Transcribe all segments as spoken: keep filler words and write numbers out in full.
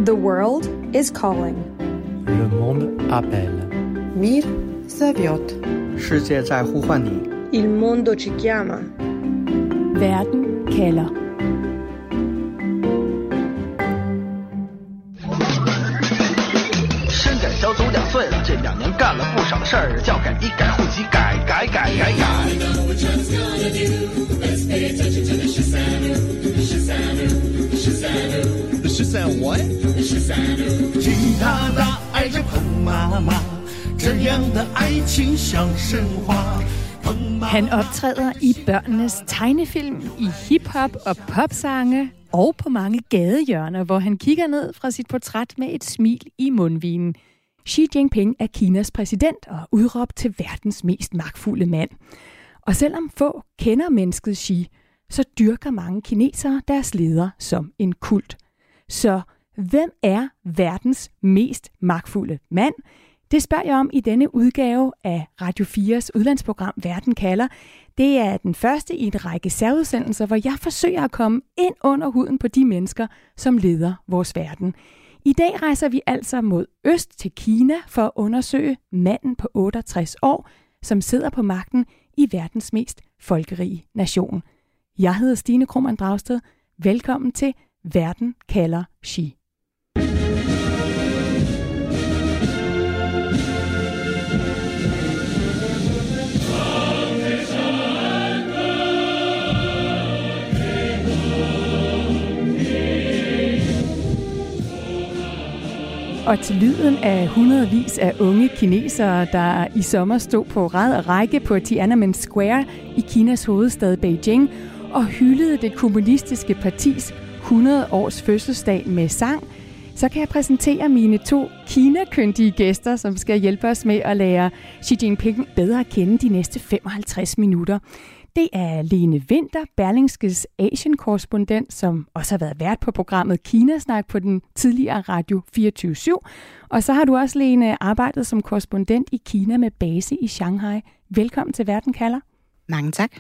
The world is calling. Le monde appelle. Мир зовет. 世界在呼唤你。 Il mondo ci chiama. Verden kalder. 身改小走两岁了，这两年干了不少事儿，教改一改户籍改改改改改。 十三 what？ 吉他的爱着彭妈妈，这样的爱情像神话。 Han optræder i børnenes tegnefilm, i hiphop og popsange og på mange gadehjørner, hvor han kigger ned fra sit portræt med et smil i mundvinen. Xi Jinping er Kinas præsident og udråbt til verdens mest magtfulde mand. Og selvom få kender mennesket Xi, så dyrker mange kinesere deres leder som en kult. Så hvem er verdens mest magtfulde mand? Det spørger jeg om i denne udgave af Radio fires udlandsprogram Verden kalder. Det er den første i en række særudsendelser, hvor jeg forsøger at komme ind under huden på de mennesker, som leder vores verden. I dag rejser vi altså mod øst til Kina for at undersøge manden på otteogtres år, som sidder på magten i verdens mest folkerige nation. Jeg hedder Stine Krohmann Dragsted. Velkommen til Verden kalder Xi. Og til lyden af hundredvis af unge kinesere, der i sommer stod på rad og række på Tiananmen Square i Kinas hovedstad Beijing og hyldede det kommunistiske partis hundrede års fødselsdag med sang, så kan jeg præsentere mine to Kina-kyndige gæster, som skal hjælpe os med at lære Xi Jinping bedre at kende de næste femoghalvtreds minutter. Det er Lene Winther, Berlingskes Asien-korrespondent, som også har været vært på programmet Kinasnak på den tidligere Radio fireogtyve syv. Og så har du også, Lene, arbejdet som korrespondent i Kina med base i Shanghai. Velkommen til Verden kalder. Mange tak.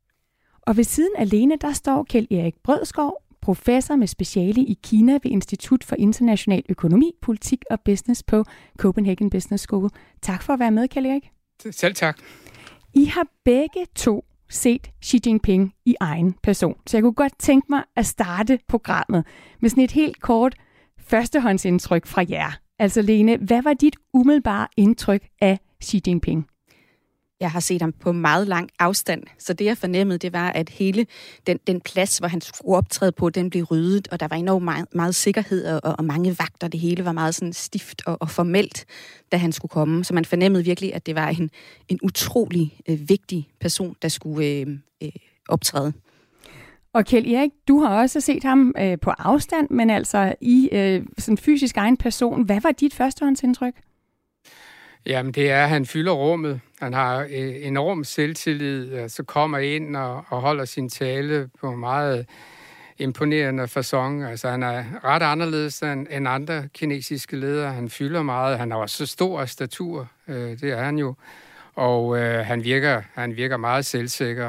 Og ved siden af Lene, der står Kjeld Erik Brødskov, professor med speciale i Kina ved Institut for International Økonomi, Politik og Business på Copenhagen Business School. Tak for at være med, Kjeld Erik. Selv tak. I har begge to set Xi Jinping i egen person. Så jeg kunne godt tænke mig at starte programmet med sådan et helt kort førstehåndsindtryk fra jer. Altså Lene, hvad var dit umiddelbare indtryk af Xi Jinping? Jeg har set ham på meget lang afstand, så det jeg fornemmede, det var, at hele den, den plads, hvor han skulle optræde på, den blev ryddet, og der var enormt meget, meget sikkerhed og, og mange vagter. Det hele var meget sådan stift og, og formelt, da han skulle komme. Så man fornemmede virkelig, at det var en, en utrolig øh, vigtig person, der skulle øh, øh, optræde. Og Kjeld Erik, du har også set ham øh, på afstand, men altså i øh, sådan fysisk egen person. Hvad var dit førstehåndsindtryk? Jamen, det er, at han fylder rummet. Han har enorm selvtillid, så kommer ind og, og holder sin tale på meget imponerende facon. Altså, han er ret anderledes end, end andre kinesiske ledere. Han fylder meget. Han har også så stor statur. Øh, det er han jo. Og øh, han, virker, han virker meget selvsikker.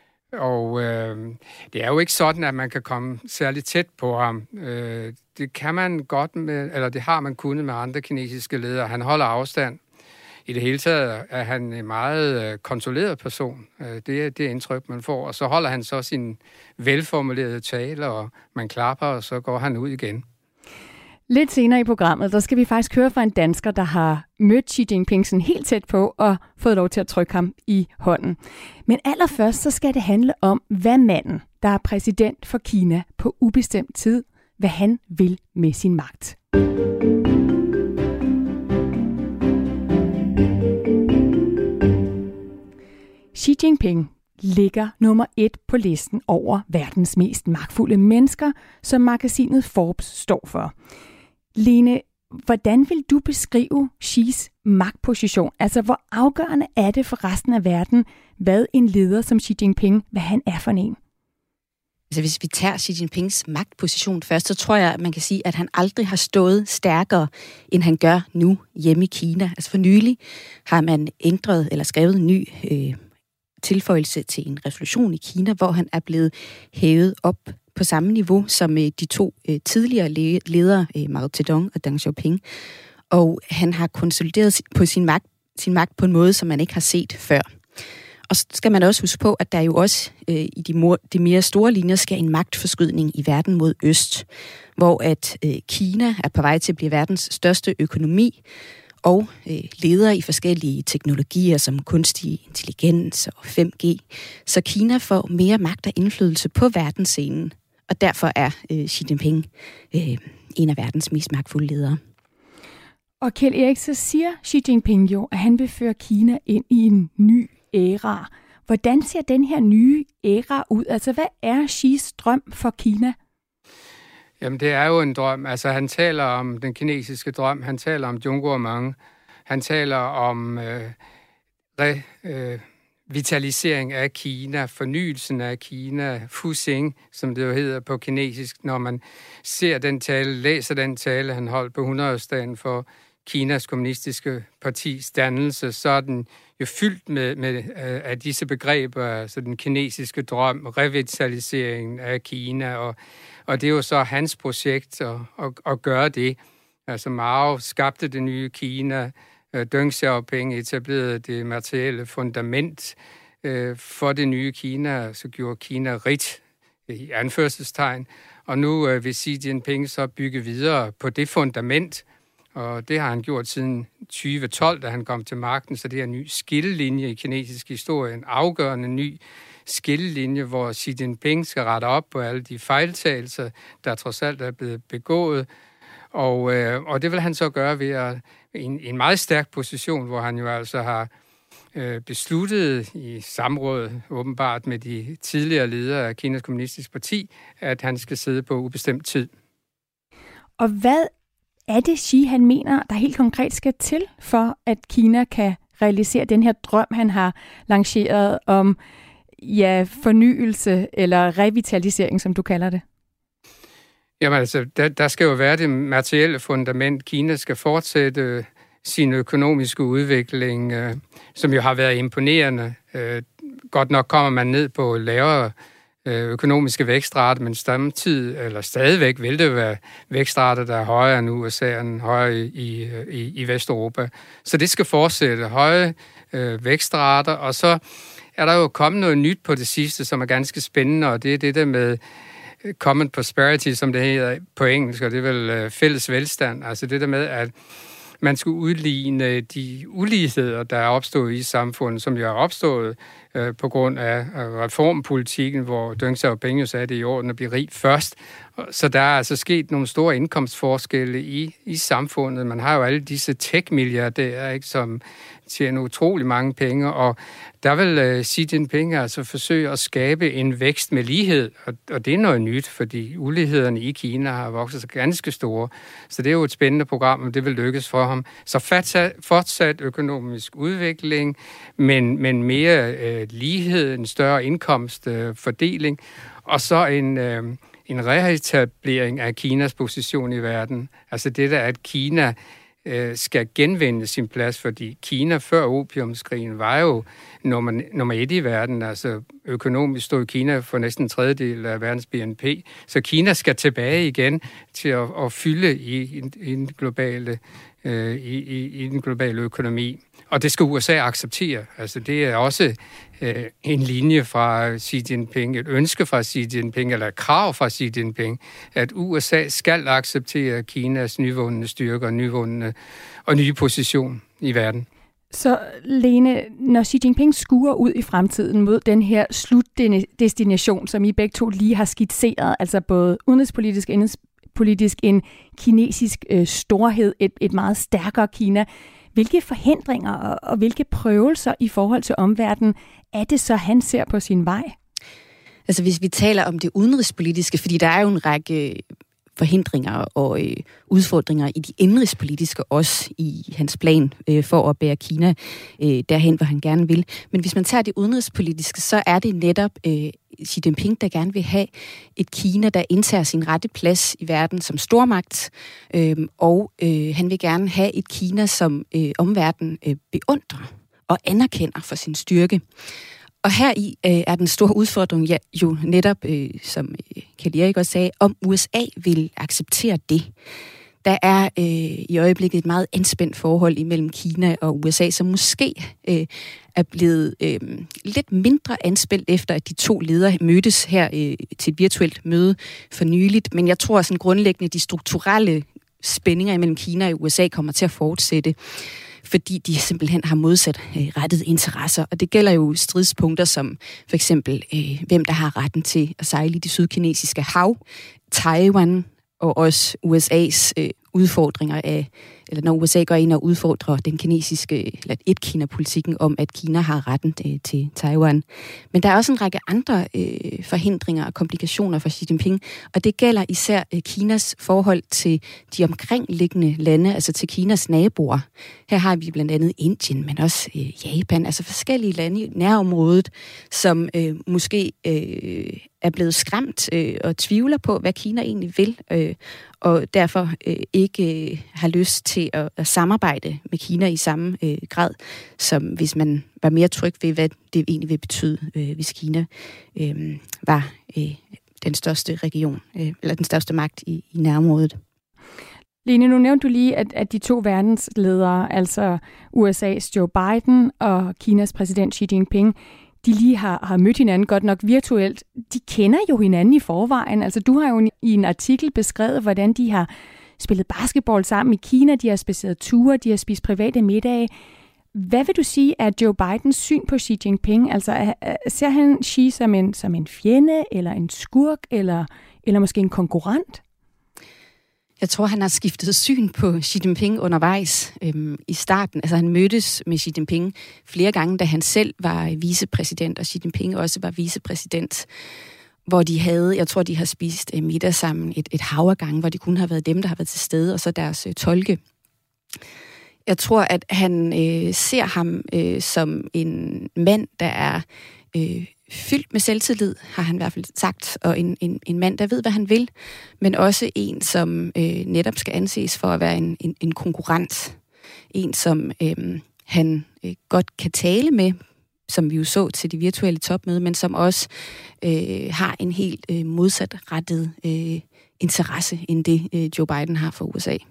Og øh, det er jo ikke sådan, at man kan komme særlig tæt på ham. Øh, det kan man godt med, eller det har man kunnet med andre kinesiske ledere. Han holder afstand. I det hele taget er han en meget kontrolleret person. Det er det indtryk, man får. Og så holder han så sin velformulerede tale, og man klapper, og så går han ud igen. Lidt senere i programmet, der skal vi faktisk høre fra en dansker, der har mødt Xi Jinping sådan helt tæt på og fået lov til at trykke ham i hånden. Men allerførst så skal det handle om, hvad manden, der er præsident for Kina på ubestemt tid, hvad han vil med sin magt. Xi Jinping ligger nummer et på listen over verdens mest magtfulde mennesker, som magasinet Forbes står for. Lene, hvordan vil du beskrive Xis magtposition? Altså, hvor afgørende er det for resten af verden, hvad en leder som Xi Jinping, hvad han er for en? Altså, hvis vi tager Xi Jinpings magtposition først, så tror jeg, at man kan sige, at han aldrig har stået stærkere, end han gør nu hjemme i Kina. Altså for nylig har man ændret eller skrevet en ny øh, tilføjelse til en resolution i Kina, hvor han er blevet hævet op på samme niveau som øh, de to øh, tidligere le- ledere, øh, Mao Zedong og Deng Xiaoping. Og han har konsolideret på sin magt, sin magt på en måde, som man ikke har set før. Og så skal man også huske på, at der jo også øh, i de, mor, de mere store linjer sker en magtforskydning i verden mod øst, hvor at øh, Kina er på vej til at blive verdens største økonomi, og øh, leder i forskellige teknologier som kunstig intelligens og fem G. Så Kina får mere magt og indflydelse på verdensscenen, og derfor er øh, Xi Jinping øh, en af verdens mest magtfulde ledere. Og Kjeld Erik, så siger Xi Jinping jo, at han vil føre Kina ind i en ny æra. Hvordan ser den her nye æra ud? Altså, hvad er Xis drøm for Kina? Jamen, det er jo en drøm. Altså, han taler om den kinesiske drøm. Han taler om Zhongguomeng. Han taler om øh, revitalisering øh, af Kina, fornyelsen af Kina, Fuxing, som det jo hedder på kinesisk. Når man ser den tale, læser den tale, han holdt på hundredårsdagen for Kinas kommunistiske partis dannelse, så er den jo fyldt med, med øh, af disse begreber, altså den kinesiske drøm, revitaliseringen af Kina, og, og det er jo så hans projekt at, at, at gøre det. Altså Mao skabte det nye Kina, øh, Deng Xiaoping etablerede det materielle fundament øh, for det nye Kina, så gjorde Kina rigt i anførselstegn, og nu øh, vil Xi Jinping så bygge videre på det fundament, og det har han gjort siden tyve tolv, da han kom til magten, så det er en ny skillelinje i kinesisk historie, en afgørende ny skillelinje, hvor Xi Jinping skal rette op på alle de fejltagelser, der trods alt er blevet begået, og, øh, og det vil han så gøre ved at en, en meget stærk position, hvor han jo altså har øh, besluttet i samråd, åbenbart med de tidligere ledere af Kinas Kommunistiske Parti, at han skal sidde på ubestemt tid. Og hvad er det, Xi han mener, der helt konkret skal til, for at Kina kan realisere den her drøm, han har lanceret om ja, fornyelse eller revitalisering, som du kalder det? Jamen altså, der, der skal jo være det materielle fundament. Kina skal fortsætte sin økonomiske udvikling, øh, som jo har været imponerende. Øh, godt nok kommer man ned på lavere økonomiske vækstrate, men samtidig, eller stadigvæk vil det være vækstrater, der er højere end U S A, end højere i, i, i Vesteuropa. Så det skal fortsætte høje øh, vækstrater, og så er der jo kommet noget nyt på det sidste, som er ganske spændende, og det er det der med common prosperity, som det hedder på engelsk, og det er vel øh, fælles velstand. Altså det der med, at man skulle udligne de uligheder, der er opstået i samfundet, som jo er opstået øh, på grund af reformpolitikken, hvor Deng Xiaoping jo sagde det i orden at blive rig først. Så der er altså sket nogle store indkomstforskelle i, i samfundet. Man har jo alle disse tech-milliardærer, ikke, som tjener utrolig mange penge, og der vil uh, Xi Jinping altså forsøge at skabe en vækst med lighed, og, og det er noget nyt, fordi ulighederne i Kina har vokset sig ganske store. Så det er jo et spændende program, og det vil lykkes for ham. Så fortsat, fortsat økonomisk udvikling, men, men mere uh, lighed, en større indkomstfordeling, uh, og så en... Uh, en reetablering af Kinas position i verden. Altså det der, at Kina øh, skal genvinde sin plads, fordi Kina før opiumskrigen var jo nummer, nummer et i verden. Altså økonomisk stod Kina for næsten en tredjedel af verdens B N P. Så Kina skal tilbage igen til at, at fylde i, i, i, den globale, øh, i, i, i den globale økonomi. Og det skal U S A acceptere. Altså det er også øh, en linje fra Xi Jinping, et ønske fra Xi Jinping, eller et krav fra Xi Jinping, at U S A skal acceptere Kinas nyvundne styrker, nyvundne og nye position i verden. Så Lene, når Xi Jinping skuer ud i fremtiden mod den her slutdestination, som I begge to lige har skitseret, altså både udenrigspolitisk og indrigspolitisk, en kinesisk øh, storhed, et, et meget stærkere Kina, hvilke forhindringer og, og hvilke prøvelser i forhold til omverdenen er det så, han ser på sin vej? Altså hvis vi taler om det udenrigspolitiske, fordi der er jo en række forhindringer og øh, udfordringer i de indrigspolitiske også i hans plan øh, for at bære Kina øh, derhen, hvor han gerne vil. Men hvis man tager det udenrigspolitiske, så er det netop øh, Xi Jinping, der gerne vil have et Kina, der indtager sin rette plads i verden som stormagt, øh, og øh, han vil gerne have et Kina, som øh, omverdenen øh, beundrer og anerkender for sin styrke. Og her i øh, er den store udfordring ja, jo netop, øh, som Kjeld Erik også sagde, om U S A vil acceptere det. Der er øh, i øjeblikket et meget anspændt forhold imellem Kina og U S A, som måske øh, er blevet øh, lidt mindre anspændt efter, at de to ledere mødtes her øh, til et virtuelt møde for nyligt. Men jeg tror sådan grundlæggende, de strukturelle spændinger imellem Kina og U S A kommer til at fortsætte, fordi de simpelthen har modsat øh, rettede interesser. Og det gælder jo stridspunkter som for eksempel, øh, hvem der har retten til at sejle i det sydkinesiske hav, Taiwan og også U S A's øh, udfordringer af, eller når U S A går ind og udfordrer den kinesiske, eller et-Kina-politikken om, at Kina har retten øh, til Taiwan. Men der er også en række andre øh, forhindringer og komplikationer for Xi Jinping, og det gælder især øh, Kinas forhold til de omkringliggende lande, altså til Kinas naboer. Her har vi blandt andet Indien, men også øh, Japan, altså forskellige lande i nærområdet, som øh, måske øh, er blevet skræmt øh, og tvivler på, hvad Kina egentlig vil, øh, og derfor øh, ikke øh, har lyst til at, at samarbejde med Kina i samme øh, grad, som hvis man var mere tryg ved, hvad det egentlig vil betyde, øh, hvis Kina øh, var øh, den største region, øh, eller den største magt i, i nærområdet. Lene, nu nævnte du lige, at, at de to verdensledere, altså U S A's Joe Biden og Kinas præsident Xi Jinping, de lige har, har mødt hinanden godt nok virtuelt. De kender jo hinanden i forvejen. Altså, du har jo i en artikel beskrevet, hvordan de har spillet basketball sammen i Kina, de har spaceret ture, de har spist private middage. Hvad vil du sige er Joe Bidens syn på Xi Jinping? Altså, ser han Xi som en, som en fjende, eller en skurk, eller, eller måske en konkurrent? Jeg tror, han har skiftet syn på Xi Jinping undervejs øhm, i starten. Altså, han mødtes med Xi Jinping flere gange, da han selv var vicepræsident, og Xi Jinping også var vicepræsident, hvor de havde, jeg tror, de har spist øh, middag sammen et, et hav af gange, hvor det kun har været dem, der har været til stede, og så deres øh, tolke. Jeg tror, at han øh, ser ham øh, som en mand, der er øh, fyldt med selvtillid, har han i hvert fald sagt, og en, en, en mand, der ved, hvad han vil, men også en, som øh, netop skal anses for at være en, en, en konkurrent. En, som øh, han øh, godt kan tale med, som vi jo så til de virtuelle topmøde, men som også øh, har en helt øh, modsatrettet øh, interesse end det, øh, Joe Biden har for U S A.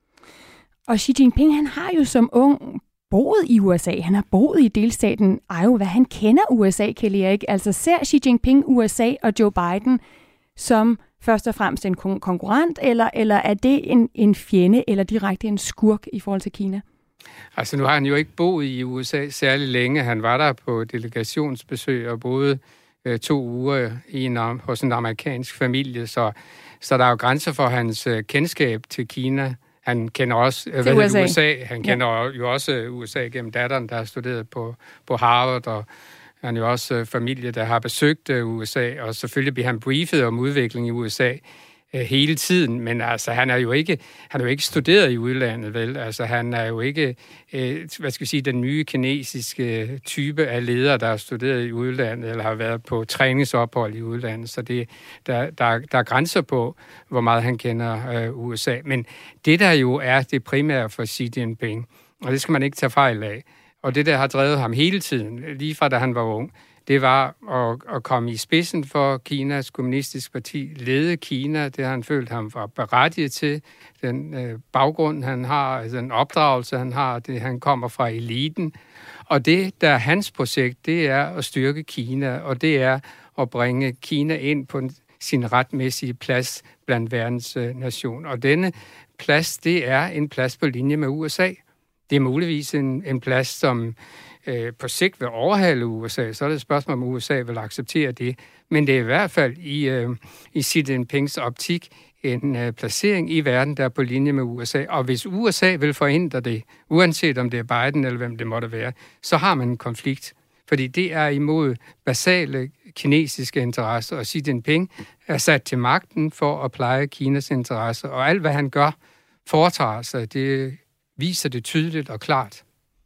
Og Xi Jinping, han har jo som ung boet i U S A. Han har boet i delstaten Iowa. Han kender U S A, Kjeld Erik. Altså ser Xi Jinping U S A og Joe Biden som først og fremmest en kon- konkurrent, eller, eller er det en, en fjende eller direkte en skurk i forhold til Kina? Altså nu har han jo ikke boet i U S A særlig længe. Han var der på delegationsbesøg og boede øh, to uger i en, hos en amerikansk familie, så, så der er jo grænser for hans øh, kendskab til Kina. Han kender også hvad U S A. U S A. Han kender ja. jo også U S A gennem datteren, der har studeret på, på Harvard, og han er jo også øh, familie, der har besøgt øh, U S A, og selvfølgelig bliver han briefet om udvikling i U S A øh, hele tiden, men altså han er jo ikke, han er jo ikke studeret i udlandet, vel? Altså han er jo ikke, øh, hvad skal vi sige, den nye kinesiske type af ledere, der har studeret i udlandet, eller har været på træningsophold i udlandet, så det, der, der, der er grænser på, hvor meget han kender øh, U S A. Men det, der jo er det primære for Xi Jinping, og det skal man ikke tage fejl af, og det, der har drevet ham hele tiden, lige fra da han var ung, det var at, at komme i spidsen for Kinas kommunistiske parti, lede Kina, det har han følt, han var berettiget til, den øh, baggrund, han har, den opdragelse, han har, det han kommer fra eliten. Og det, der er hans projekt, det er at styrke Kina, og det er at bringe Kina ind på sin retmæssige plads blandt verdens øh, nationer. Og denne plads, det er en plads på linje med U S A. Det er muligvis en, en plads, som øh, på sigt vil overhale U S A. Så er det et spørgsmål, om U S A vil acceptere det. Men det er i hvert fald i, øh, i Xi Jinpings optik en øh, placering i verden, der er på linje med U S A. Og hvis U S A vil forhindre det, uanset om det er Biden eller hvem det måtte være, så har man en konflikt. Fordi det er imod basale kinesiske interesser, og Xi Jinping er sat til magten for at pleje Kinas interesser. Og alt, hvad han gør, foretager sig, det viser det tydeligt og klart.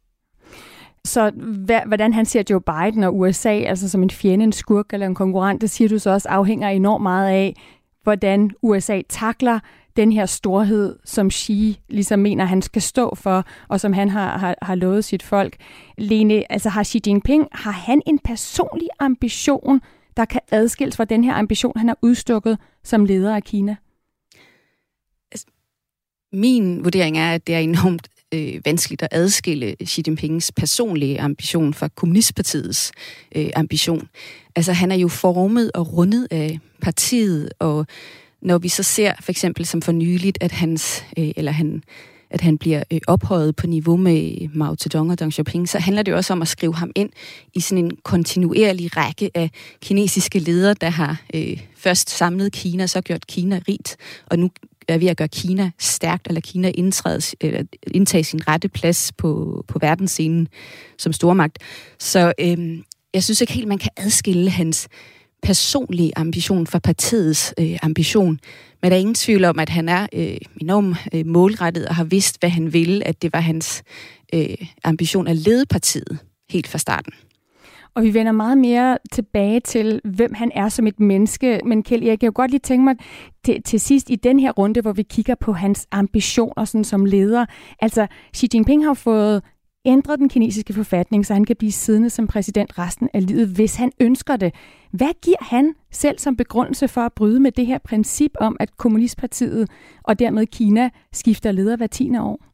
Så hvordan han ser Joe Biden og U S A, altså som en fjende, en skurk eller en konkurrent, det siger du så også afhænger enormt meget af, hvordan U S A takler den her storhed, som Xi ligesom mener, han skal stå for, og som han har, har, har lovet sit folk. Lene, altså har Xi Jinping, har han en personlig ambition, der kan adskilles fra den her ambition, han har udstukket som leder af Kina? Min vurdering er, at det er enormt øh, vanskeligt at adskille Xi Jinpings personlige ambition fra Kommunistpartiets øh, ambition. Altså, han er jo formet og rundet af partiet, og når vi så ser for eksempel som for nyligt, at, hans, øh, eller han, at han bliver øh, ophøjet på niveau med Mao Zedong og Deng Xiaoping, så handler det også om at skrive ham ind i sådan en kontinuerlig række af kinesiske ledere, der har øh, først samlet Kina, så gjort Kina rigt, og nu er ved at gøre Kina stærkt, eller Kina indtræde, eller indtage sin rette plads på, på verdensscenen som stormagt. Så øh, jeg synes ikke helt, man kan adskille hans personlige ambition fra partiets øh, ambition. Men der er ingen tvivl om, at han er øh, enormt øh, målrettet og har vidst, hvad han ville, at det var hans øh, ambition at lede partiet helt fra starten. Og vi vender meget mere tilbage til, hvem han er som et menneske. Men Kjeld, jeg kan jo godt lige tænke mig til, til sidst i den her runde, hvor vi kigger på hans ambitioner sådan som leder. Altså, Xi Jinping har fået ændret den kinesiske forfatning, så han kan blive siddende som præsident resten af livet, hvis han ønsker det. Hvad giver han selv som begrundelse for at bryde med det her princip om, at Kommunistpartiet og dermed Kina skifter leder hver tiende år?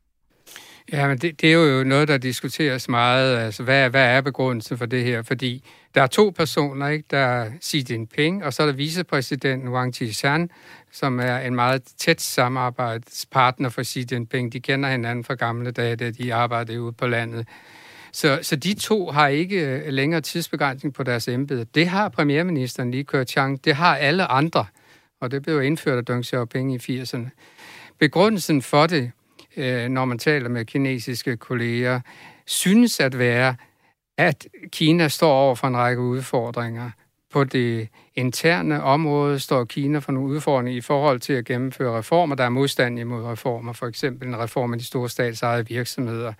Ja, men det, det er jo noget, der diskuteres meget. Altså, hvad, hvad er begrundelsen for det her? Fordi der er to personer, ikke? Der er Xi Jinping, og så er der vicepræsidenten Wang Qishan, som er en meget tæt samarbejdspartner for Xi Jinping. De kender hinanden fra gamle dage, da de arbejdede ude på landet. Så, så de to har ikke længere tidsbegrænsning på deres embede. Det har premierministeren Li Keqiang, det har alle andre, og det blev indført af Deng Xiaoping i firserne. Begrundelsen for det, når man taler med kinesiske kolleger, synes at være, at Kina står over for en række udfordringer. På det interne område står Kina for nogle udfordringer i forhold til at gennemføre reformer. Der er modstand imod reformer, for eksempel en reform af de store statsejede virksomheder.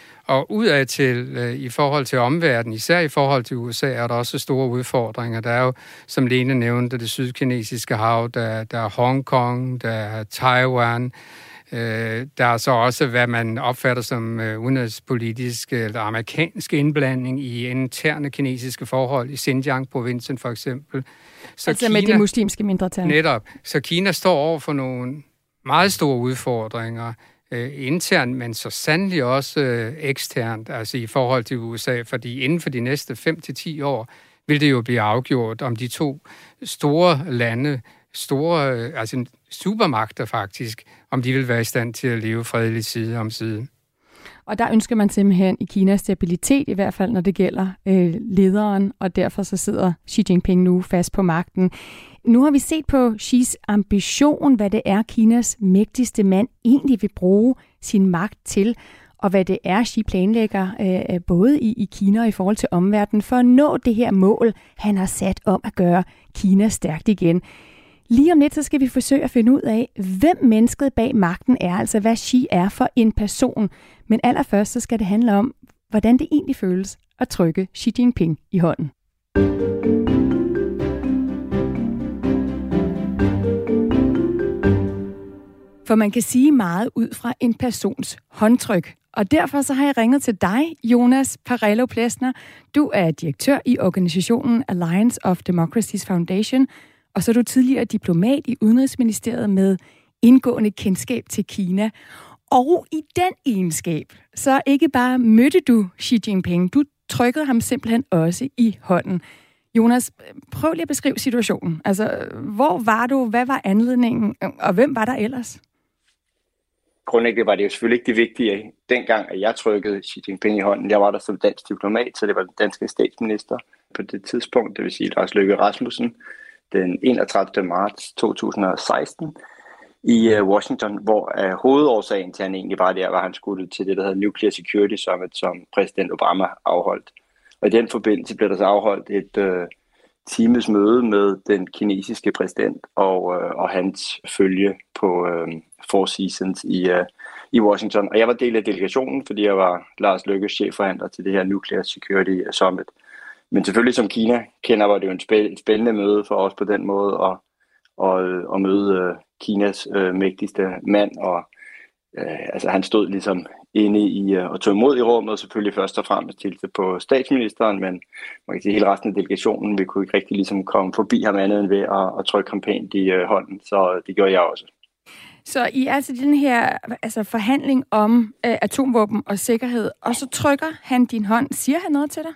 Og udad til, i forhold til omverdenen, især i forhold til U S A, er der også store udfordringer. Der er jo, som Lene nævnte, det sydkinesiske hav, der, der er Hongkong, der er Taiwan. Der er så også, hvad man opfatter som udenrigspolitisk eller amerikansk indblanding i interne kinesiske forhold i Xinjiang-provinsen for eksempel. Så altså Kina, med det muslimske mindretal. Netop. Så Kina står over for nogle meget store udfordringer øh, internt, men så sandelig også øh, eksternt, altså i forhold til U S A, fordi inden for de næste fem til ti år vil det jo blive afgjort, om de to store lande, store, øh, altså supermagter faktisk, om de vil være i stand til at leve fredeligt side om side. Og der ønsker man simpelthen i Kina stabilitet, i hvert fald når det gælder øh, lederen, og derfor så sidder Xi Jinping nu fast på magten. Nu har vi set på Xis ambition, hvad det er, Kinas mægtigste mand egentlig vil bruge sin magt til, og hvad det er, Xi planlægger øh, både i, i Kina og i forhold til omverdenen, for at nå det her mål, han har sat om at gøre Kina stærkt igen. Lige om lidt, så skal vi forsøge at finde ud af, hvem mennesket bag magten er, altså hvad Xi er for en person. Men allerførst, så skal det handle om, hvordan det egentlig føles at trykke Xi Jinping i hånden. For man kan sige meget ud fra en persons håndtryk. Og derfor så har jeg ringet til dig, Jonas Parello Plesner. Du er direktør i organisationen Alliance of Democracies Foundation, og så er du tidligere diplomat i Udenrigsministeriet med indgående kendskab til Kina. Og i den egenskab, så ikke bare mødte du Xi Jinping, du trykkede ham simpelthen også i hånden. Jonas, prøv lige at beskrive situationen. Altså, hvor var du, hvad var anledningen, og hvem var der ellers? Grundlæggende var det jo selvfølgelig ikke det vigtige, dengang at jeg trykkede Xi Jinping i hånden. Jeg var der som dansk diplomat, så det var den danske statsminister på det tidspunkt, det vil sige Lars Løkke Rasmussen, den enogtredivte marts to tusind og seksten i Washington, hvor uh, hovedårsagen til han egentlig var der, var han skulle til det, der hedder Nuclear Security Summit, som præsident Obama afholdt. Og i den forbindelse blev der så afholdt et uh, times møde med den kinesiske præsident og, uh, og hans følge på uh, Four Seasons i, uh, i Washington. Og jeg var del af delegationen, fordi jeg var Lars Løkkes chefforhandler til det her Nuclear Security Summit. Men selvfølgelig som Kina kender, var det jo en spændende møde for os på den måde, og, og, og møde øh, Kinas øh, mægtigste mand, og øh, altså han stod ligesom inde i øh, og tog imod i rummet, og selvfølgelig først og fremmest hilste på statsministeren, men man kan sige, hele resten af delegationen, vi kunne ikke rigtig ligesom komme forbi ham andet end ved at, at trykke ham pænt i øh, hånden, så det gjorde jeg også. Så I er altså den her altså forhandling om øh, atomvåben og sikkerhed, og så trykker han din hånd. Siger han noget til dig?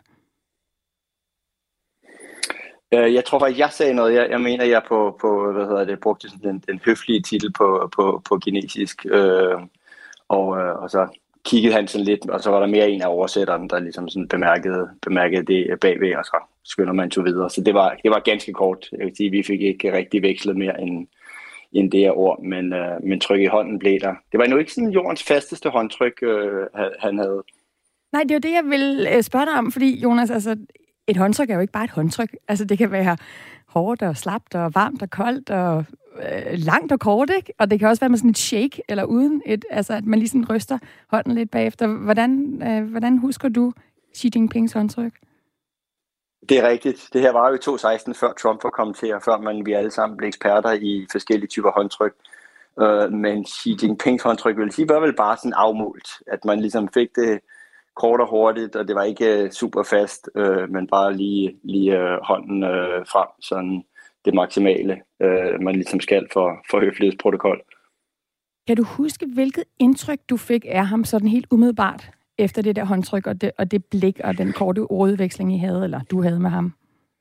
Jeg tror faktisk, jeg sagde noget. Jeg, jeg mener, jeg på, på hvad hedder det, brugte sådan den, den høflige titel på, på, på kinesisk. Øh, og, øh, og så kiggede han sådan lidt, og så var der mere en af oversætterne, der ligesom sådan bemærkede, bemærkede det bagved, og så skynder man tog videre. Så det var, det var ganske kort. Jeg vil sige, vi fik ikke rigtig vekslet mere end, end det her ord, men, øh, men tryk i hånden blev der. Det var nu ikke sådan jordens fasteste håndtryk, øh, han havde. Nej, det er jo det, jeg vil spørge dig om, fordi Jonas, altså et håndtryk er jo ikke bare et håndtryk. Altså, det kan være hårdt og slapt og varmt og koldt og øh, langt og kort, ikke? Og det kan også være med sådan et shake eller uden et, altså at man lige sådan ryster hånden lidt bagefter. Hvordan, øh, hvordan husker du Xi Jinpings håndtryk? Det er rigtigt. Det her var jo i to tusind og seksten, før Trump var kommet til, og før man, vi alle sammen blev eksperter i forskellige typer håndtryk. Øh, men Xi Jinpings håndtryk, vil sige, var vel bare sådan afmålt, at man ligesom fik det kort og hurtigt, og det var ikke super fast, øh, men bare lige, lige øh, hånden øh, frem, sådan det maksimale, øh, man ligesom skal for, for høflighedsprotokol. Kan du huske, hvilket indtryk du fik af ham sådan helt umiddelbart, efter det der håndtryk, og det, og det blik, og den korte ordveksling, I havde, eller du havde med ham?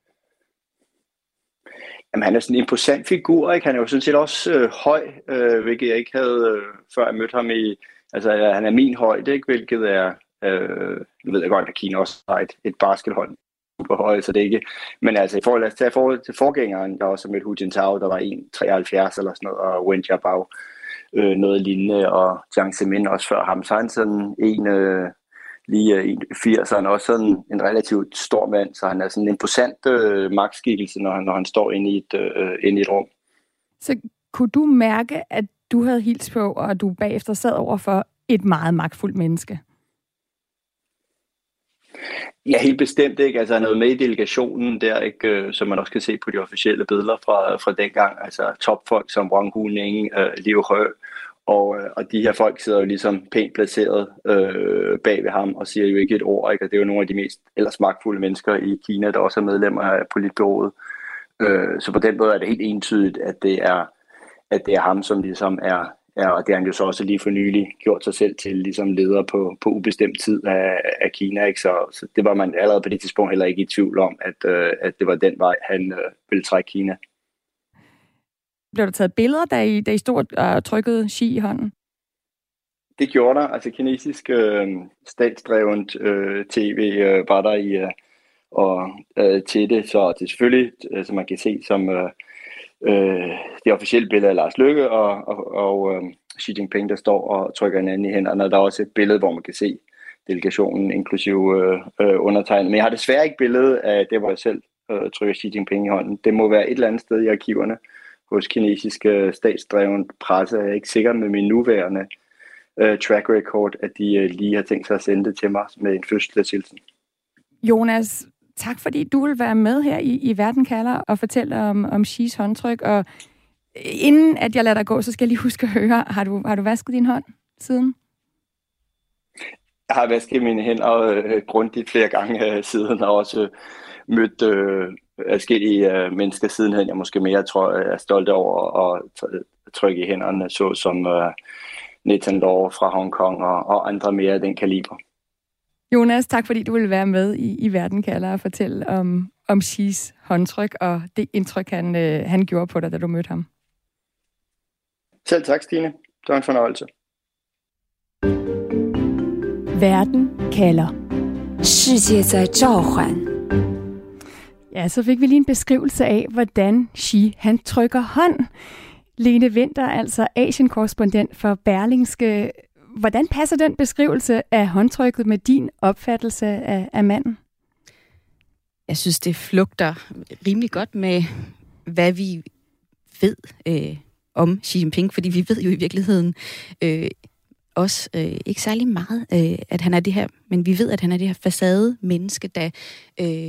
Jamen, han er sådan en imposant figur, ikke? Han er jo sådan set også øh, høj, øh, hvilket jeg ikke havde, øh, før jeg mødte ham i, altså han er min højde, ikke? Hvilket er, Øh, nu ved jeg godt, at Kina også har et, et baskethold på højde, så det ikke. Men altså i forhold til, i forhold til forgængeren, der også mødte Hu Jintao, der var en komma treoghalvfjerds eller sådan noget, og Wen Jiabao øh, noget lignende, og Jiang Zemin også før ham. Så han sådan en, øh, lige en komma firs, og han er også sådan en relativt stor mand, så han er sådan en imposant øh, magtskikkelse, når han, når han står inde i, et, øh, inde i et rum. Så kunne du mærke, at du havde hils på, og du bagefter sad over for et meget magtfuldt menneske? Ja, helt bestemt ikke. Altså, han er med i delegationen der, ikke, som man også kan se på de officielle billeder fra, fra dengang. Altså topfolk som Wang Huning, uh, Liu He, og, og de her folk sidder jo ligesom pænt placeret uh, bag ved ham og siger jo ikke et ord, ikke? Og det er jo nogle af de mest ellers magtfulde mennesker i Kina, der også er medlemmer af politbureauet. Uh, så på den måde er det helt entydigt, at det er, at det er ham, som ligesom er Ja, og det har han jo så også lige for nylig gjort sig selv til ligesom leder på, på ubestemt tid af, af Kina, ikke? Så, så det var man allerede på det tidspunkt heller ikke i tvivl om, at, øh, at det var den vej, han øh, ville trække Kina. Blev der taget billeder, da I, da I stod og trykkede Xi i hånden? Det gjorde der. Altså kinesisk øh, statsdrevent øh, tv øh, var der i øh, og øh, til det, så det er selvfølgelig, øh, som man kan se, som øh, øh, det officielle billede af Lars Løkke og, og, og øh, Xi Jinping, der står og trykker hinanden i hænderne. Der er også et billede, hvor man kan se delegationen, inklusive øh, øh, undertegnet. Men jeg har desværre ikke billede af det, hvor jeg selv øh, trykker Xi Jinping i hånden. Det må være et eller andet sted i arkiverne hos kinesiske statsdreven presse. Jeg er ikke sikker med min nuværende øh, track record, at de øh, lige har tænkt sig at sende det til mig med en fødselshilsen. Jonas, tak fordi du vil være med her i, i Verden kalder og fortælle om, om Xis håndtryk. Og inden at jeg lader dig gå, så skal jeg lige huske at høre, har du, har du vasket din hånd siden? Jeg har vasket mine hænder øh, grundigt flere gange øh, siden, og også øh, mødt øh, forskellige øh, mennesker sidenhen. Jeg måske mere tror, jeg er stolt over at trykke i hænderne, så som øh, Nathan Law fra Hongkong og, og andre mere af den kaliber. Jonas, tak fordi du ville være med i, i Verden kalder og fortælle om, om Xis håndtryk og det indtryk, han, øh, han gjorde på dig, da du mødte ham. Selv tak, Stine. Det var en fornøjelse. Verden kalder. Ja, så fik vi lige en beskrivelse af, hvordan Xi han trykker hånd. Lene Winther, altså Asien-korrespondent for Berlingske. Hvordan passer den beskrivelse af håndtrykket med din opfattelse af, af manden? Jeg synes, det flugter rimelig godt med, hvad vi ved øh, om Xi Jinping, fordi vi ved jo i virkeligheden øh, også øh, ikke særlig meget, øh, at han er det her, men vi ved, at han er det her facade menneske, der, øh,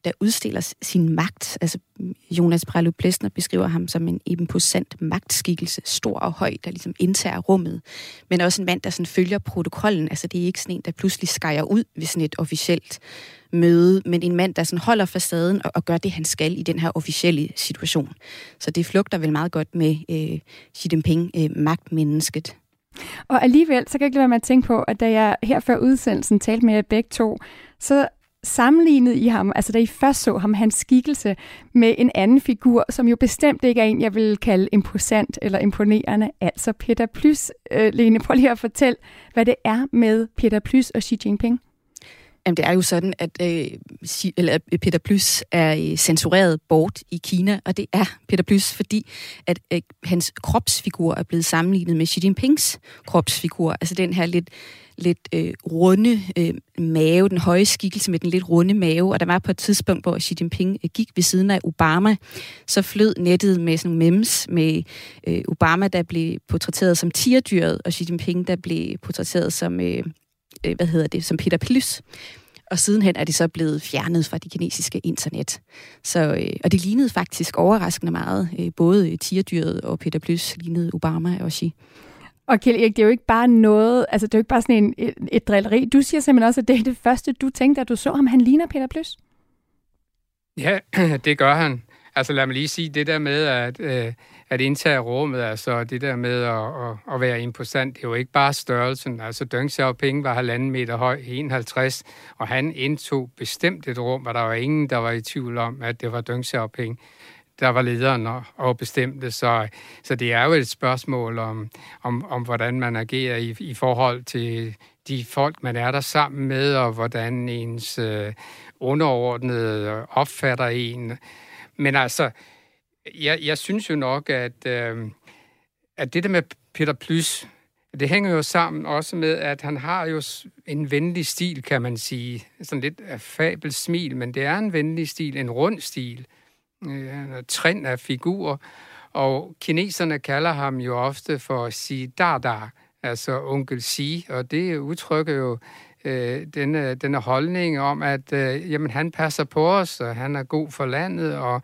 der udstiller sin magt. Altså, Jonas Braløb Plesner beskriver ham som en imposant magtskikkelse, stor og høj, der ligesom indtager rummet. Men også en mand, der sådan følger protokollen. Altså, det er ikke sådan en, der pludselig skærer ud ved sådan et officielt møde, men en mand, der sådan holder facaden og, og gør det, han skal i den her officielle situation. Så det flugter vel meget godt med øh, Xi Jinping, øh, magtmennesket. Og alligevel, så kan jeg ikke lade være med at tænke på, at da jeg her før udsendelsen talte med jer begge to, så sammenlignede I ham, altså da I først så ham, hans skikkelse, med en anden figur, som jo bestemt ikke er en, jeg vil kalde imposant eller imponerende, altså Peter Plys. Øh, Lene, prøv lige at fortælle, hvad det er med Peter Plys og Xi Jinping. Jamen, det er jo sådan, at øh, eller Peter Plys er øh, censureret bort i Kina, og det er Peter Plys, fordi at øh, hans kropsfigur er blevet sammenlignet med Xi Jinpings kropsfigur. Altså den her lidt, lidt øh, runde øh, mave, den høje skikkelse med den lidt runde mave, og der var på et tidspunkt, hvor Xi Jinping øh, gik ved siden af Obama, så flød nettet med sådan nogle memes med øh, Obama, der blev portrætteret som tigerdyret, og Xi Jinping, der blev portrætteret som... Øh, hvad hedder det, som Peter Plys. Og sidenhen er det så blevet fjernet fra de kinesiske internet. Så, øh, og det lignede faktisk overraskende meget. Øh, både tigerdyret og Peter Plys lignede Obama og Xi. Og Kjeld Erik, det er jo ikke bare noget, altså det er jo ikke bare sådan en, et, et drilleri. Du siger simpelthen også, at det er det første, du tænkte, at du så ham. Han ligner Peter Plys. Ja, det gør han. Altså lad mig lige sige, det der med at, øh, at indtage rummet, altså det der med at, at, at være imposant, det er jo ikke bare størrelsen. Altså Deng Xiaoping var halvanden meter høj, enoghalvtreds, og han indtog bestemt et rum, og der var ingen, der var i tvivl om, at det var Deng Xiaoping, der var lederen og, og bestemte. Så, så det er jo et spørgsmål om, om, om hvordan man agerer i, i forhold til de folk, man er der sammen med, og hvordan ens øh, underordnede opfatter en. Men altså, jeg, jeg synes jo nok, at, øh, at det der med Peter Plys, det hænger jo sammen også med, at han har jo en venlig stil, kan man sige. Sådan lidt affabel smil, men det er en venlig stil, en rund stil. Øh, trin af figurer. Og kineserne kalder ham jo ofte for Xi Dada, altså onkel Xi, og det udtrykker jo øh, denne, denne holdning om, at øh, jamen, han passer på os, og han er god for landet, og,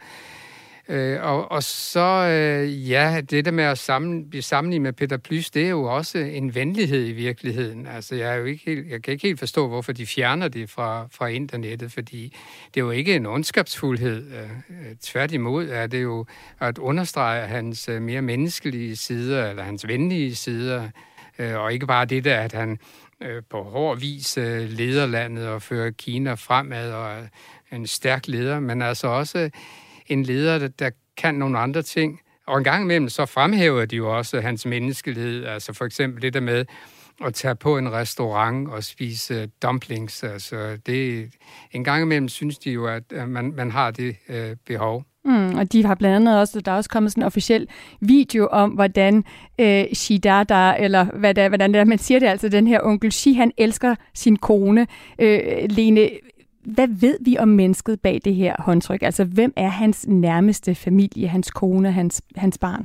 øh, og, og så, øh, ja, det der med at sammen, blive sammenlignet med Peter Plys, det er jo også en venlighed i virkeligheden. Altså, jeg, er jo ikke helt, jeg kan ikke helt forstå, hvorfor de fjerner det fra, fra internettet, fordi det er jo ikke en ondskabsfuldhed. Øh, tværtimod er det jo at understrege hans øh, mere menneskelige sider, eller hans venlige sider, øh, og ikke bare det der, at han på hård vis leder landet og fører Kina fremad og er en stærk leder, men altså også en leder, der, der kan nogle andre ting. Og en gang imellem så fremhæver de jo også hans menneskelighed, altså for eksempel det der med at tage på en restaurant og spise dumplings. Altså det, en gang imellem synes de jo, at man, man har det øh, behov. Mm, og de har blandt andet også, der er også kommet sådan en officiel video om, hvordan øh, Xi Dada, eller hvad det er, hvordan det er, man siger det, altså den her onkel Xi, han elsker sin kone. Øh, Lene, hvad ved vi om mennesket bag det her håndtryk? Altså, hvem er hans nærmeste familie, hans kone, hans, hans barn?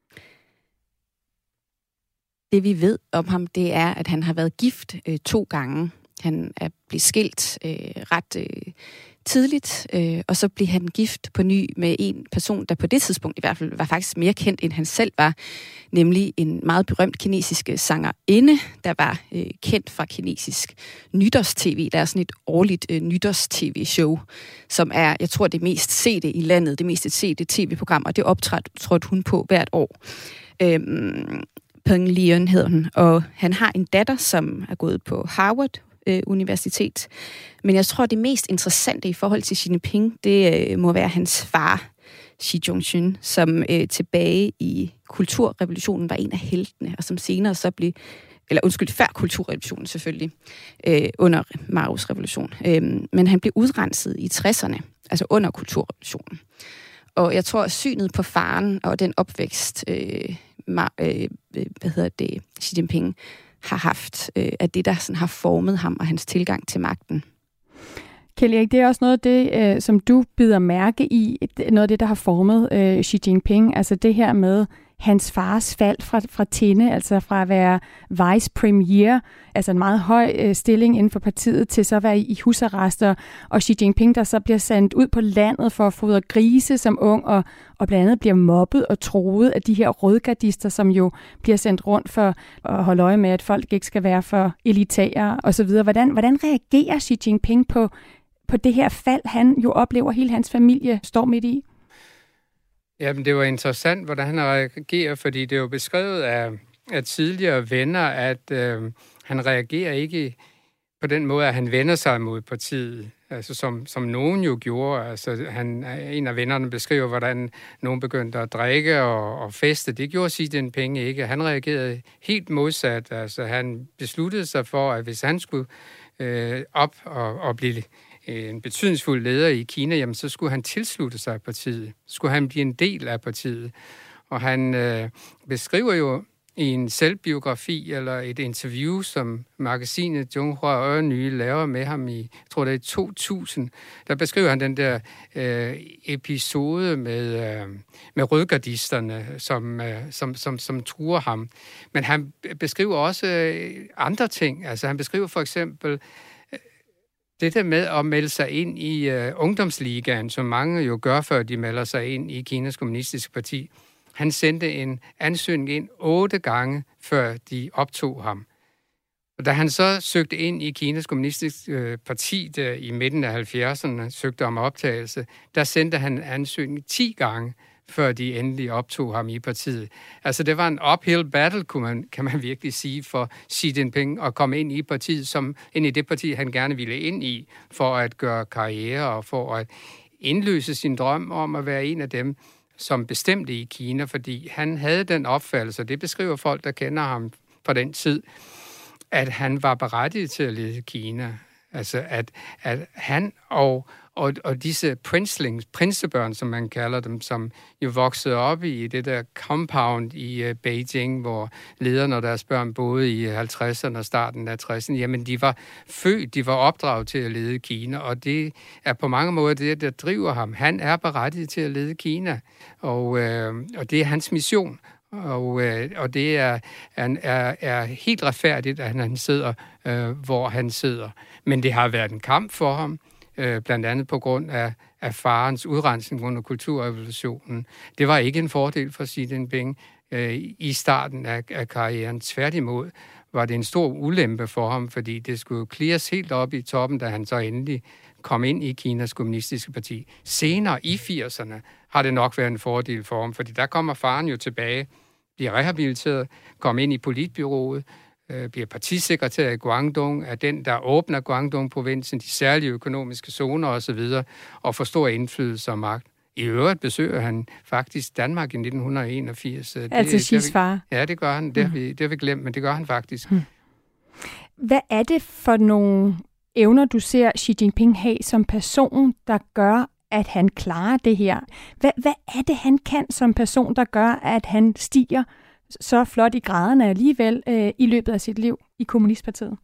Det vi ved om ham, det er, at han har været gift øh, to gange. Han er blevet skilt øh, ret øh, tidligt, øh, og så blev han gift på ny med en person, der på det tidspunkt i hvert fald var faktisk mere kendt, end han selv var, nemlig en meget berømt kinesisk sangerinde, der var øh, kendt fra kinesisk nytårs-tv. Der er sådan et årligt øh, nytårs-tv-show, som er, jeg tror, det mest sete i landet, det mest sete tv-program, og det optrådte hun på hvert år. Øhm, Peng Liyuan hedder hun, og han har en datter, som er gået på Harvard øh, Universitet. Men jeg tror, det mest interessante i forhold til Xi Jinping, det øh, må være hans far, Xi Jinping, som øh, tilbage i kulturrevolutionen var en af heltene, og som senere så blev, eller undskyld, før kulturrevolutionen selvfølgelig, øh, under Maos revolution. Øh, men han blev udrenset i tresserne, altså under kulturrevolutionen. Og jeg tror, at synet på faren og den opvækst, øh, øh, hvad hedder det, Xi Jinping har haft, øh, at det, der sådan har formet ham og hans tilgang til magten. Kjeld Erik, det er også noget af det, øh, som du bider mærke i, noget af det, der har formet øh, Xi Jinping, altså det her med hans fars fald fra, fra tinde, altså fra at være vice premier, altså en meget høj øh, stilling inden for partiet, til så at være i, i husarrester, og Xi Jinping, der så bliver sendt ud på landet for at fodre grise som ung, og, og blandt andet bliver mobbet og troet af de her rødgardister, som jo bliver sendt rundt for at holde øje med, at folk ikke skal være for elitære osv. Hvordan, hvordan reagerer Xi Jinping på, på det her fald, han jo oplever, hele hans familie står midt i? Jamen, det var interessant, hvordan han reagerer, fordi det er jo beskrevet af, af tidligere venner, at øh, han reagerer ikke på den måde, at han vender sig mod partiet, altså som, som nogen jo gjorde. Altså, han, en af vennerne beskriver, hvordan nogen begyndte at drikke og, og feste. Det gjorde Xi Jinping ikke. Han reagerede helt modsat. Altså, han besluttede sig for, at hvis han skulle øh, op og, og blive en betydningsfuld leder i Kina, jamen så skulle han tilslutte sig partiet. Skulle han blive en del af partiet. Og han øh, beskriver jo i en selvbiografi eller et interview, som magasinet Zhonghua Nye laver med ham i, jeg tror det er i to tusind, der beskriver han den der øh, episode med, øh, med rødgardisterne, som, øh, som, som, som truer ham. Men han beskriver også øh, andre ting. Altså han beskriver for eksempel det der med at melde sig ind i uh, ungdomsligaen, som mange jo gør, før de melder sig ind i Kinas kommunistiske parti. Han sendte en ansøgning ind otte gange, før de optog ham. Og da han så søgte ind i Kinas kommunistiske parti der i midten af halvfjerdserne, søgte om optagelse, der sendte han en ansøgning ti gange, før de endelig optog ham i partiet. Altså det var en uphill battle, kunne man, kan man virkelig sige, for Xi Jinping at komme ind i partiet, som ind i det parti, han gerne ville ind i, for at gøre karriere og for at indløse sin drøm om at være en af dem, som bestemte i Kina, fordi han havde den opfattelse, og det beskriver folk, der kender ham fra den tid, at han var berettiget til at lede Kina. Altså at, at han og Og, og disse princelings, prinsebørn, som man kalder dem, som jo voksede op i det der compound i uh, Beijing, hvor lederne og deres børn boede i halvtredserne og starten af tresserne, jamen de var født, de var opdraget til at lede Kina, og det er på mange måder det, der driver ham. Han er berettiget til at lede Kina, og, øh, og det er hans mission. Og, øh, og det er, er, er helt retfærdigt, at han sidder, øh, hvor han sidder. Men det har været en kamp for ham, blandt andet på grund af, af farens udrensning under kulturrevolutionen. Det var ikke en fordel for Xi Jinping øh, i starten af, af karrieren. Tværtimod var det en stor ulempe for ham, fordi det skulle clears helt op i toppen, da han så endelig kom ind i Kinas kommunistiske parti. Senere i firserne har det nok været en fordel for ham, fordi der kommer faren jo tilbage, bliver rehabiliteret, kommer ind i politbyrået, bliver partisekretær i Guangdong, er den, der åbner Guangdong-provinsen, de særlige økonomiske zoner osv., og får stor indflydelse og magt. I øvrigt besøger han faktisk Danmark i nitten enogfirs. Altså Xis far? Ja, det gør han. Det har, vi, det har vi glemt, men det gør han faktisk. Hmm. Hvad er det for nogle evner, du ser Xi Jinping have som person, der gør, at han klarer det her? Hvad, hvad er det, han kan som person, der gør, at han stiger så flot i graderne alligevel øh, i løbet af sit liv i Kommunistpartiet?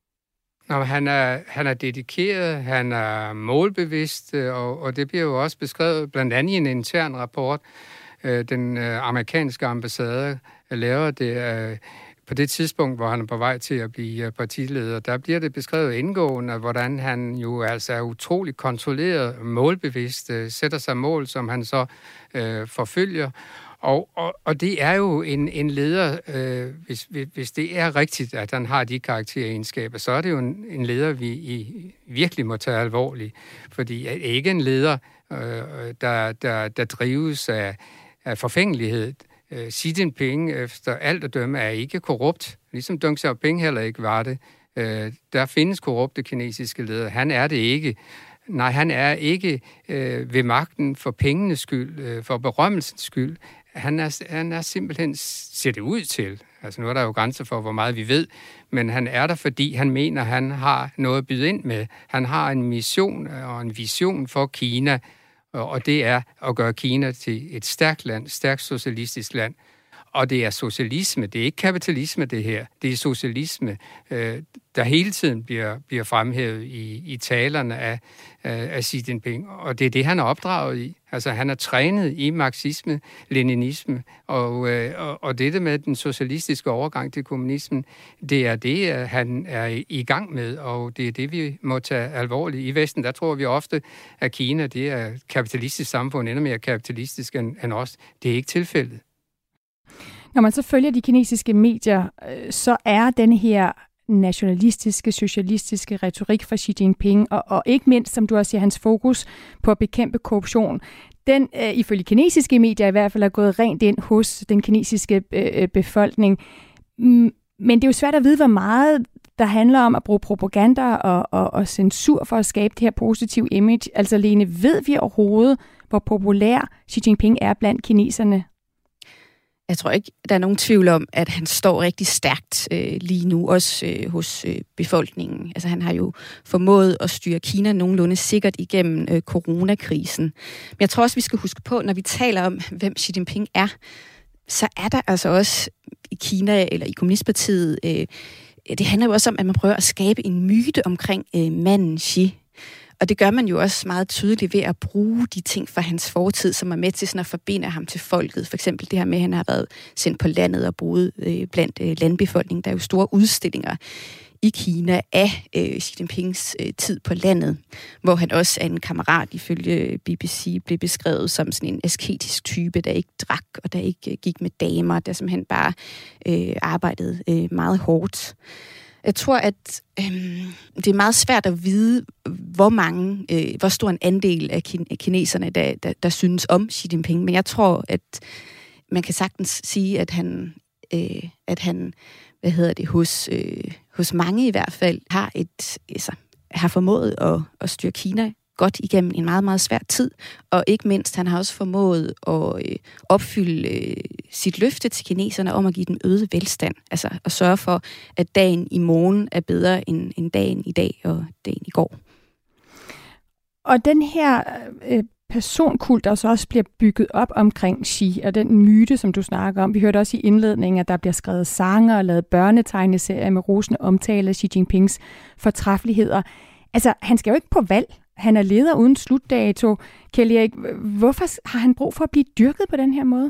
Nå, han er, han er dedikeret, han er målbevidst, og, og det bliver jo også beskrevet blandt andet i en intern rapport. Øh, den øh, amerikanske ambassade laver det øh, på det tidspunkt, hvor han er på vej til at blive partileder. Der bliver det beskrevet indgående, hvordan han jo altså er utroligt kontrolleret, målbevidst, øh, sætter sig mål, som han så øh, forfølger. Og, og, og det er jo en, en leder, øh, hvis, hvis det er rigtigt, at han har de karakteregenskaber, så er det jo en, en leder, vi i, virkelig må tage alvorligt. Fordi ikke en leder, øh, der, der, der drives af, af forfængelighed. Øh, Xi Jinping, efter alt at dømme, er ikke korrupt, ligesom Deng Xiaoping heller ikke var det. Øh, der findes korrupte kinesiske ledere. Han er det ikke. Nej, han er ikke øh, ved magten for pengenes skyld, øh, for berømmelsens skyld. Han er, han er simpelthen, ser det ud til, altså nu er der jo grænser for, hvor meget vi ved, men han er der, fordi han mener, han har noget at byde ind med. Han har en mission og en vision for Kina, og det er at gøre Kina til et stærkt land, et stærkt socialistisk land. Og det er socialisme, det er ikke kapitalisme, det her. Det er socialisme, øh, der hele tiden bliver, bliver fremhævet i, i talerne af, af, af Xi Jinping. Og det er det, han er opdraget i. Altså, han er trænet i marxisme, leninisme, og, øh, og, og dette med den socialistiske overgang til kommunismen, det er det, han er i gang med, og det er det, vi må tage alvorligt. I Vesten, der tror vi ofte, at Kina, det er et kapitalistisk samfund, endnu mere kapitalistisk end, end os. Det er ikke tilfældet. Når man så følger de kinesiske medier, så er den her nationalistiske, socialistiske retorik fra Xi Jinping, og, og ikke mindst, som du også siger, hans fokus på at bekæmpe korruption, den øh, ifølge kinesiske medier i hvert fald er gået rent ind hos den kinesiske øh, befolkning. Men det er jo svært at vide, hvor meget der handler om at bruge propaganda og, og, og censur for at skabe det her positive image. Altså Lene, ved vi overhovedet, hvor populær Xi Jinping er blandt kineserne? Jeg tror ikke, der er nogen tvivl om, at han står rigtig stærkt øh, lige nu, også øh, hos øh, befolkningen. Altså han har jo formået at styre Kina nogenlunde sikkert igennem øh, coronakrisen. Men jeg tror også, vi skal huske på, når vi taler om, hvem Xi Jinping er, så er der altså også i Kina eller i Kommunistpartiet, øh, det handler jo også om, at man prøver at skabe en myte omkring øh, manden Xi. Og det gør man jo også meget tydeligt ved at bruge de ting fra hans fortid, som er med til sådan at forbinde ham til folket. For eksempel det her med, at han har været sendt på landet og boet øh, blandt øh, landbefolkningen. Der er jo store udstillinger i Kina af øh, Xi Jinpings øh, tid på landet, hvor han også er en kammerat, ifølge B B C, blev beskrevet som sådan en asketisk type, der ikke drak og der ikke øh, gik med damer, der simpelthen bare øh, arbejdede øh, meget hårdt. Jeg tror, at øh, det er meget svært at vide, hvor mange, øh, hvor stor en andel af kin- kineserne, der, der, der synes om Xi Jinping. Men jeg tror, at man kan sagtens sige, at han, øh, at han hvad hedder det, hos, øh, hos mange i hvert fald, har, et, altså, har formået at, at styre Kina godt igennem en meget, meget svær tid. Og ikke mindst, han har også formået at øh, opfylde øh, sit løfte til kineserne om at give dem øget velstand. Altså at sørge for, at dagen i morgen er bedre end, end dagen i dag og dagen i går. Og den her øh, personkult, der så også bliver bygget op omkring Xi, og den myte, som du snakker om. Vi hørte også i indledningen, at der bliver skrevet sange og lavet børnetegneserier med rosende omtale af Xi Jinpings fortræffeligheder. Altså, han skal jo ikke på valg. Han er leder uden slutdato. Kjell Erik, hvorfor har han brug for at blive dyrket på den her måde?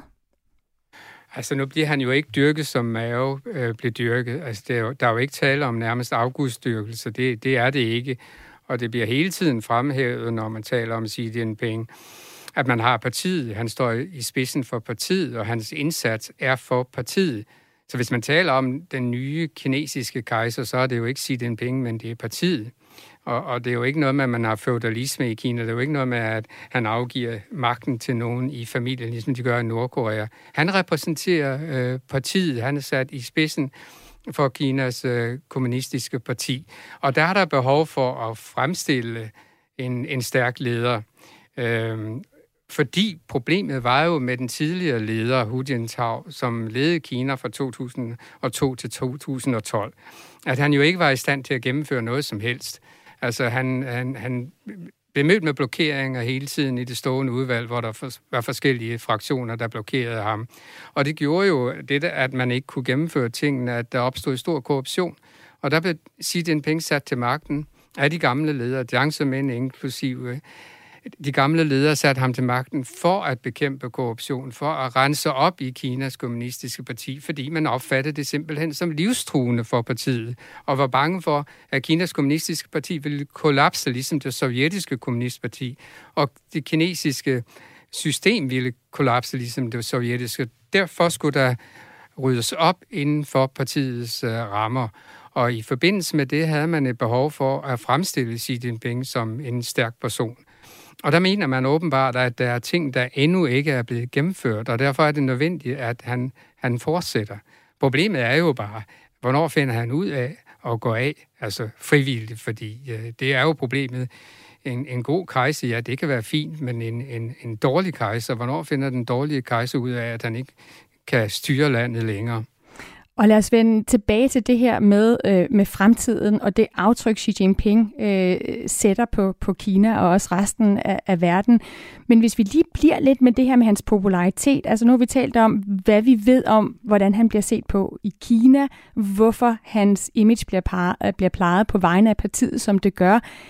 Altså, nu bliver han jo ikke dyrket, som Mao øh, blev dyrket. Altså, det er jo, der er jo ikke tale om nærmest afgudsdyrkelse. Det, det er det ikke. Og det bliver hele tiden fremhævet, når man taler om Xi Jinping, at man har partiet. Han står i spidsen for partiet, og hans indsats er for partiet. Så hvis man taler om den nye kinesiske kejser, så er det jo ikke Xi Jinping, men det er partiet. Og, og det er jo ikke noget med, at man har feudalisme i Kina. Det er jo ikke noget med, at han afgiver magten til nogen i familien, ligesom de gør i Nordkorea. Han repræsenterer øh, partiet. Han er sat i spidsen for Kinas øh, kommunistiske parti. Og der er der behov for at fremstille en, en stærk leder. Øh, fordi problemet var jo med den tidligere leder, Hu Jintao, som ledede Kina fra to tusind og to til to tusind og tolv, at han jo ikke var i stand til at gennemføre noget som helst. Altså, han, han, han blev mødt med blokeringer hele tiden i det stående udvalg, hvor der var forskellige fraktioner, der blokerede ham. Og det gjorde jo det, at man ikke kunne gennemføre tingene, at der opstod stor korruption. Og der blev Xi Jinping sat til magten af de gamle ledere, Jiang Zemin inklusive. De gamle ledere satte ham til magten for at bekæmpe korruption, for at rense op i Kinas kommunistiske parti, fordi man opfattede det simpelthen som livstruende for partiet, og var bange for, at Kinas kommunistiske parti ville kollapse, ligesom det sovjetiske kommunistparti, og det kinesiske system ville kollapse, ligesom det sovjetiske. Derfor skulle der ryddes op inden for partiets uh, rammer. Og i forbindelse med det havde man et behov for at fremstille Xi Jinping som en stærk person. Og der mener man åbenbart, at der er ting, der endnu ikke er blevet gennemført, og derfor er det nødvendigt, at han, han fortsætter. Problemet er jo bare, hvornår finder han ud af at gå af, altså frivilligt, fordi øh, det er jo problemet. En, en god kejser, ja, det kan være fint, men en, en, en dårlig kejser, hvornår finder den dårlige kejser ud af, at han ikke kan styre landet længere? Og lad os vende tilbage til det her med, øh, med fremtiden og det aftryk, Xi Jinping øh, sætter på, på Kina og også resten af, af verden. Men hvis vi lige bliver lidt med det her med hans popularitet, altså nu har vi talt om, hvad vi ved om, hvordan han bliver set på i Kina, hvorfor hans image bliver, par, bliver plejet på vegne af partiet, som det gør.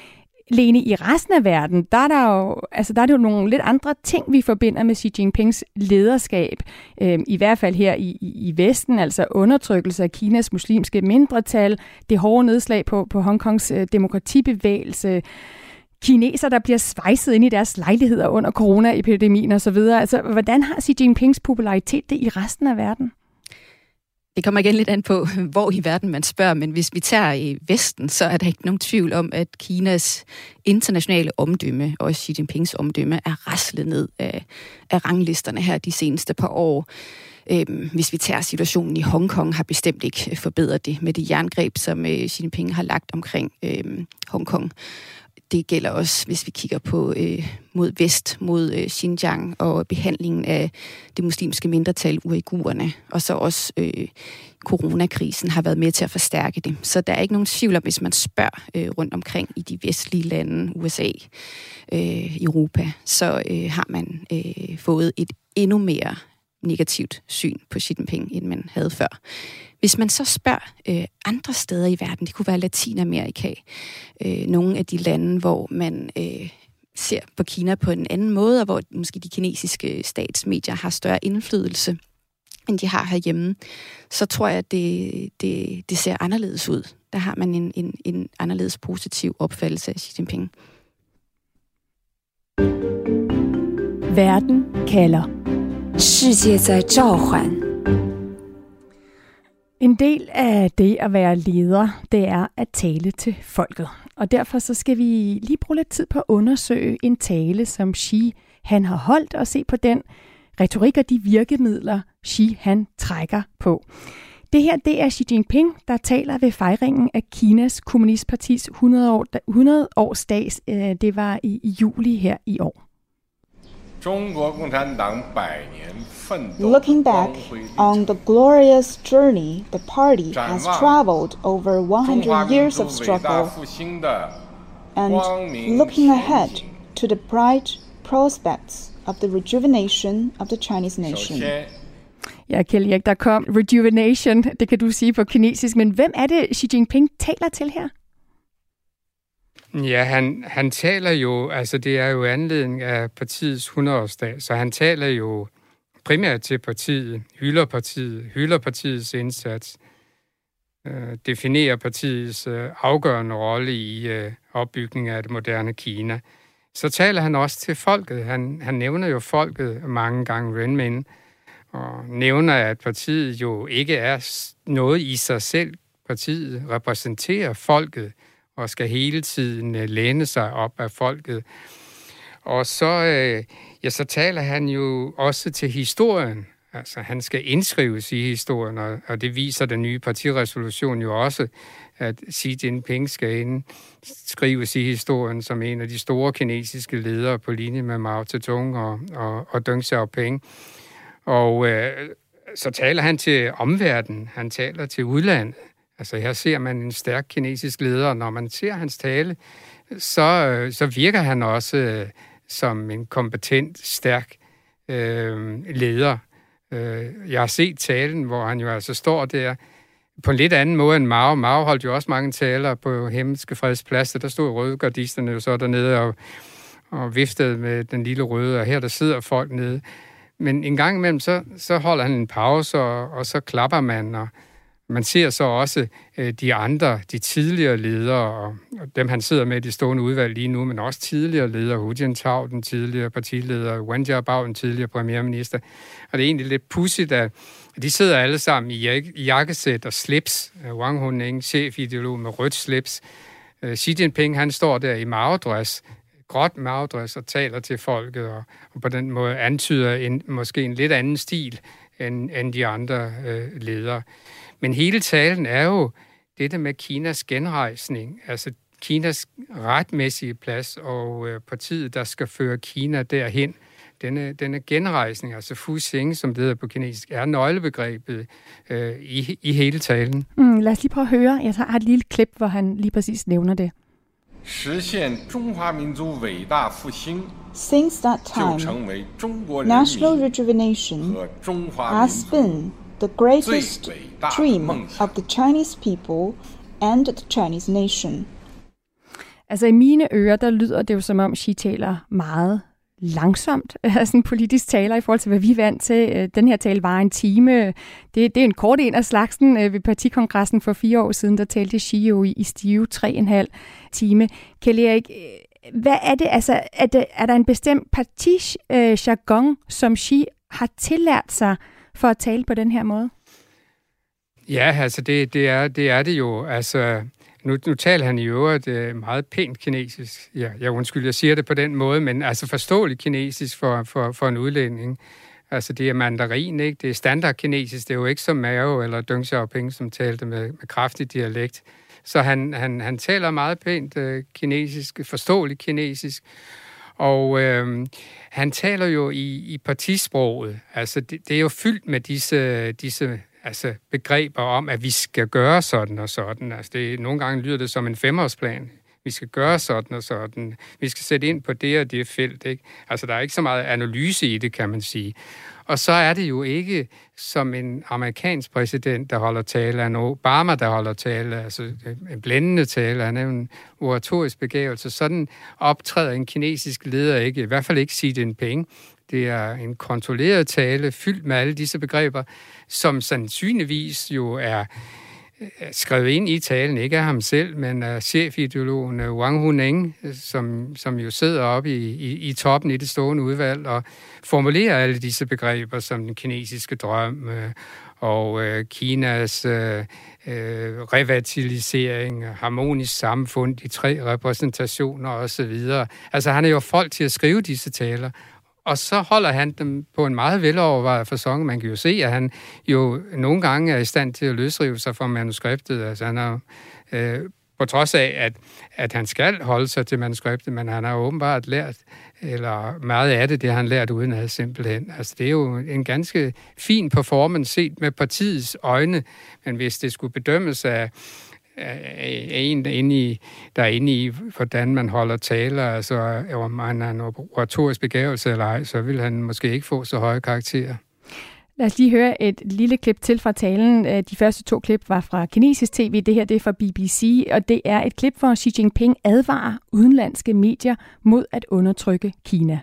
Lene, i resten af verden, der er der jo, altså, der er det jo nogle lidt andre ting, vi forbinder med Xi Jinpings lederskab. Øhm, I hvert fald her i, i, i Vesten, altså undertrykkelse af Kinas muslimske mindretal, det hårde nedslag på, på Hongkongs øh, demokratibevægelse, kineser, der bliver svejset ind i deres lejligheder under coronaepidemien osv. Altså, hvordan har Xi Jinpings popularitet det i resten af verden? Det kommer igen lidt an på, hvor i verden man spørger, men hvis vi tager i Vesten, så er der ikke nogen tvivl om, at Kinas internationale omdømme, og Xi Jinpings omdømme, er raslet ned af, af ranglisterne her de seneste par år. Øhm, hvis vi tager situationen i Hongkong, har bestemt ikke forbedret det med det jerngreb, som øh, Xi Jinping har lagt omkring øh, Hongkong. Det gælder også, hvis vi kigger på øh, mod vest, mod øh, Xinjiang og behandlingen af det muslimske mindretal, uigurerne, og så også øh, coronakrisen har været med til at forstærke det. Så der er ikke nogen tvivl om, hvis man spørger øh, rundt omkring i de vestlige lande, U S A, øh, Europa, så øh, har man øh, fået et endnu mere negativt syn på Xi Jinping, end man havde før. Hvis man så spørger øh, andre steder i verden, det kunne være Latinamerika, øh, nogle af de lande, hvor man øh, ser på Kina på en anden måde, og hvor måske de kinesiske statsmedier har større indflydelse, end de har herhjemme, så tror jeg, at det, det, det ser anderledes ud. Der har man en, en, en anderledes positiv opfattelse af Xi Jinping. Verden kalder. En del af det at være leder, det er at tale til folket. Og derfor så skal vi lige bruge lidt tid på at undersøge en tale, som Xi han har holdt, og se på den retorik og de virkemidler, Xi han trækker på. Det her, det er Xi Jinping, der taler ved fejringen af Kinas Kommunistpartis hundrede årsdag. Det var i juli her i år. Looking back on the glorious journey the party has traveled over one hundred years of struggle, and looking ahead to the bright prospects of the rejuvenation of the Chinese nation. Ja, Kjell Erik, der kom rejuvenation, det kan du sige på kinesisk, men hvem er det, Xi Jinping taler til her? Ja, han, han taler jo, altså det er jo anledning af partiets hundrede-årsdag, så han taler jo primært til partiet, hylder partiet, hylder partiets indsats, øh, definerer partiets øh, afgørende rolle i øh, opbygningen af det moderne Kina. Så taler han også til folket. Han, han nævner jo folket mange gange, Renmin, og nævner, at partiet jo ikke er noget i sig selv. Partiet repræsenterer folket, og skal hele tiden øh, læne sig op af folket. Og så, øh, ja, så taler han jo også til historien. Altså, han skal indskrives i historien, og, og det viser den nye partiresolution jo også, at Xi Jinping skal indskrives i historien som en af de store kinesiske ledere på linje med Mao Zedong og, og, og Deng Xiaoping. Og øh, så taler han til omverdenen, han taler til udlandet. Altså her ser man en stærk kinesisk leder, og når man ser hans tale, så, så virker han også øh, som en kompetent, stærk øh, leder. Øh, jeg har set talen, hvor han jo altså står der på en lidt anden måde end Mao. Mao holdt jo også mange taler på Himmelske Freds Plads, der stod røde gardisterne jo så dernede og, og viftede med den lille røde, og her der sidder folk nede. Men en gang imellem, så, så holder han en pause, og, og så klapper man, og man ser så også øh, de andre, de tidligere ledere, og, og dem han sidder med i det stående udvalg lige nu, men også tidligere ledere, Hu Jintao, den tidligere partileder, Wen Jiabao, den tidligere premierminister. Og det er egentlig lidt pudsigt, at de sidder alle sammen i jakkesæt og slips. Wang Huning, chefideolog med rødt slips. Øh, Xi Jinping, han står der i Mao-dress, gråt Mao-dress, og taler til folket, og, og på den måde antyder en, måske en lidt anden stil end, end de andre øh, ledere. Men hele talen er jo det der med Kinas genrejsning, altså Kinas retmæssige plads og øh, partiet, der skal føre Kina derhen. Denne, denne genrejsning, altså Fu Xing, som det hedder på kinesisk, er nøglebegrebet øh, i, i hele talen. Mm, lad os lige prøve at høre. Jeg har et lille klip, hvor han lige præcis nævner det. Since that time, national rejuvenation has been the greatest dream of the Chinese people and the Chinese nation. Altså i mine ører, der lyder det jo som om Xi taler meget langsomt, altså en politisk taler i forhold til, hvad vi er vant til. Den her tale var en time. Det, det er en kort en af slagsen. Ved partikongressen for fire år siden, der talte Xi jo i, i stive tre og en halv time. Kjell Erik, hvad er det? Altså, er, det, er der en bestemt partijargon, øh, som Xi har tillært sig for at tale på den her måde? Ja, altså det, det, er, det er det jo. Altså, nu, nu taler han i øvrigt meget pænt kinesisk. Ja, jeg undskyld, jeg siger det på den måde, men altså forståeligt kinesisk for, for, for en udlænding. Altså det er mandarin, ikke? Det er standard kinesisk. Det er jo ikke som Mao eller Deng Xiaoping, som talte med, med kraftig dialekt. Så han, han, han taler meget pænt øh, kinesisk, forståeligt kinesisk. Og øh, han taler jo i, i partisproget. Altså det, det er jo fyldt med disse, disse altså, begreber om, at vi skal gøre sådan og sådan. Altså det, nogle gange lyder det som en femårsplan. Vi skal gøre sådan og sådan. Vi skal sætte ind på det og det felt, ikke? Altså der er ikke så meget analyse i det, kan man sige. Og så er det jo ikke som en amerikansk præsident, der holder tale, en Obama, der holder tale, altså en blændende tale, han er en oratorisk begævelse. Sådan optræder en kinesisk leder ikke, i hvert fald ikke Xi Jinping. Det er en kontrolleret tale, fyldt med alle disse begreber, som sandsynligvis jo er skrevet ind i talen, ikke af ham selv, men af chefideologen Wang Huning, som, som jo sidder oppe i, i, i toppen i det stående udvalg og formulerer alle disse begreber som den kinesiske drøm øh, og øh, Kinas øh, øh, revitalisering, harmonisk samfund, de tre repræsentationer osv. Altså han er jo folk til at skrive disse taler. Og så holder han dem på en meget velovervejet facon. Man kan jo se, at han jo nogle gange er i stand til at løsrive sig fra manuskriptet. Altså han er øh, på trods af, at, at han skal holde sig til manuskriptet, men han har åbenbart lært, eller meget af det, det har han lært uden at simpelthen. Altså det er jo en ganske fin performance set med partiets øjne, men hvis det skulle bedømmes af er en, der er, inde i, der er inde i, hvordan man holder taler, altså om man er en oratorisk begævelse eller ej, så vil han måske ikke få så høje karakterer. Lad os lige høre et lille klip til fra talen. De første to klip var fra kinesisk tv, det her det er fra B B C, og det er et klip, hvor Xi Jinping advarer udenlandske medier mod at undertrykke Kina.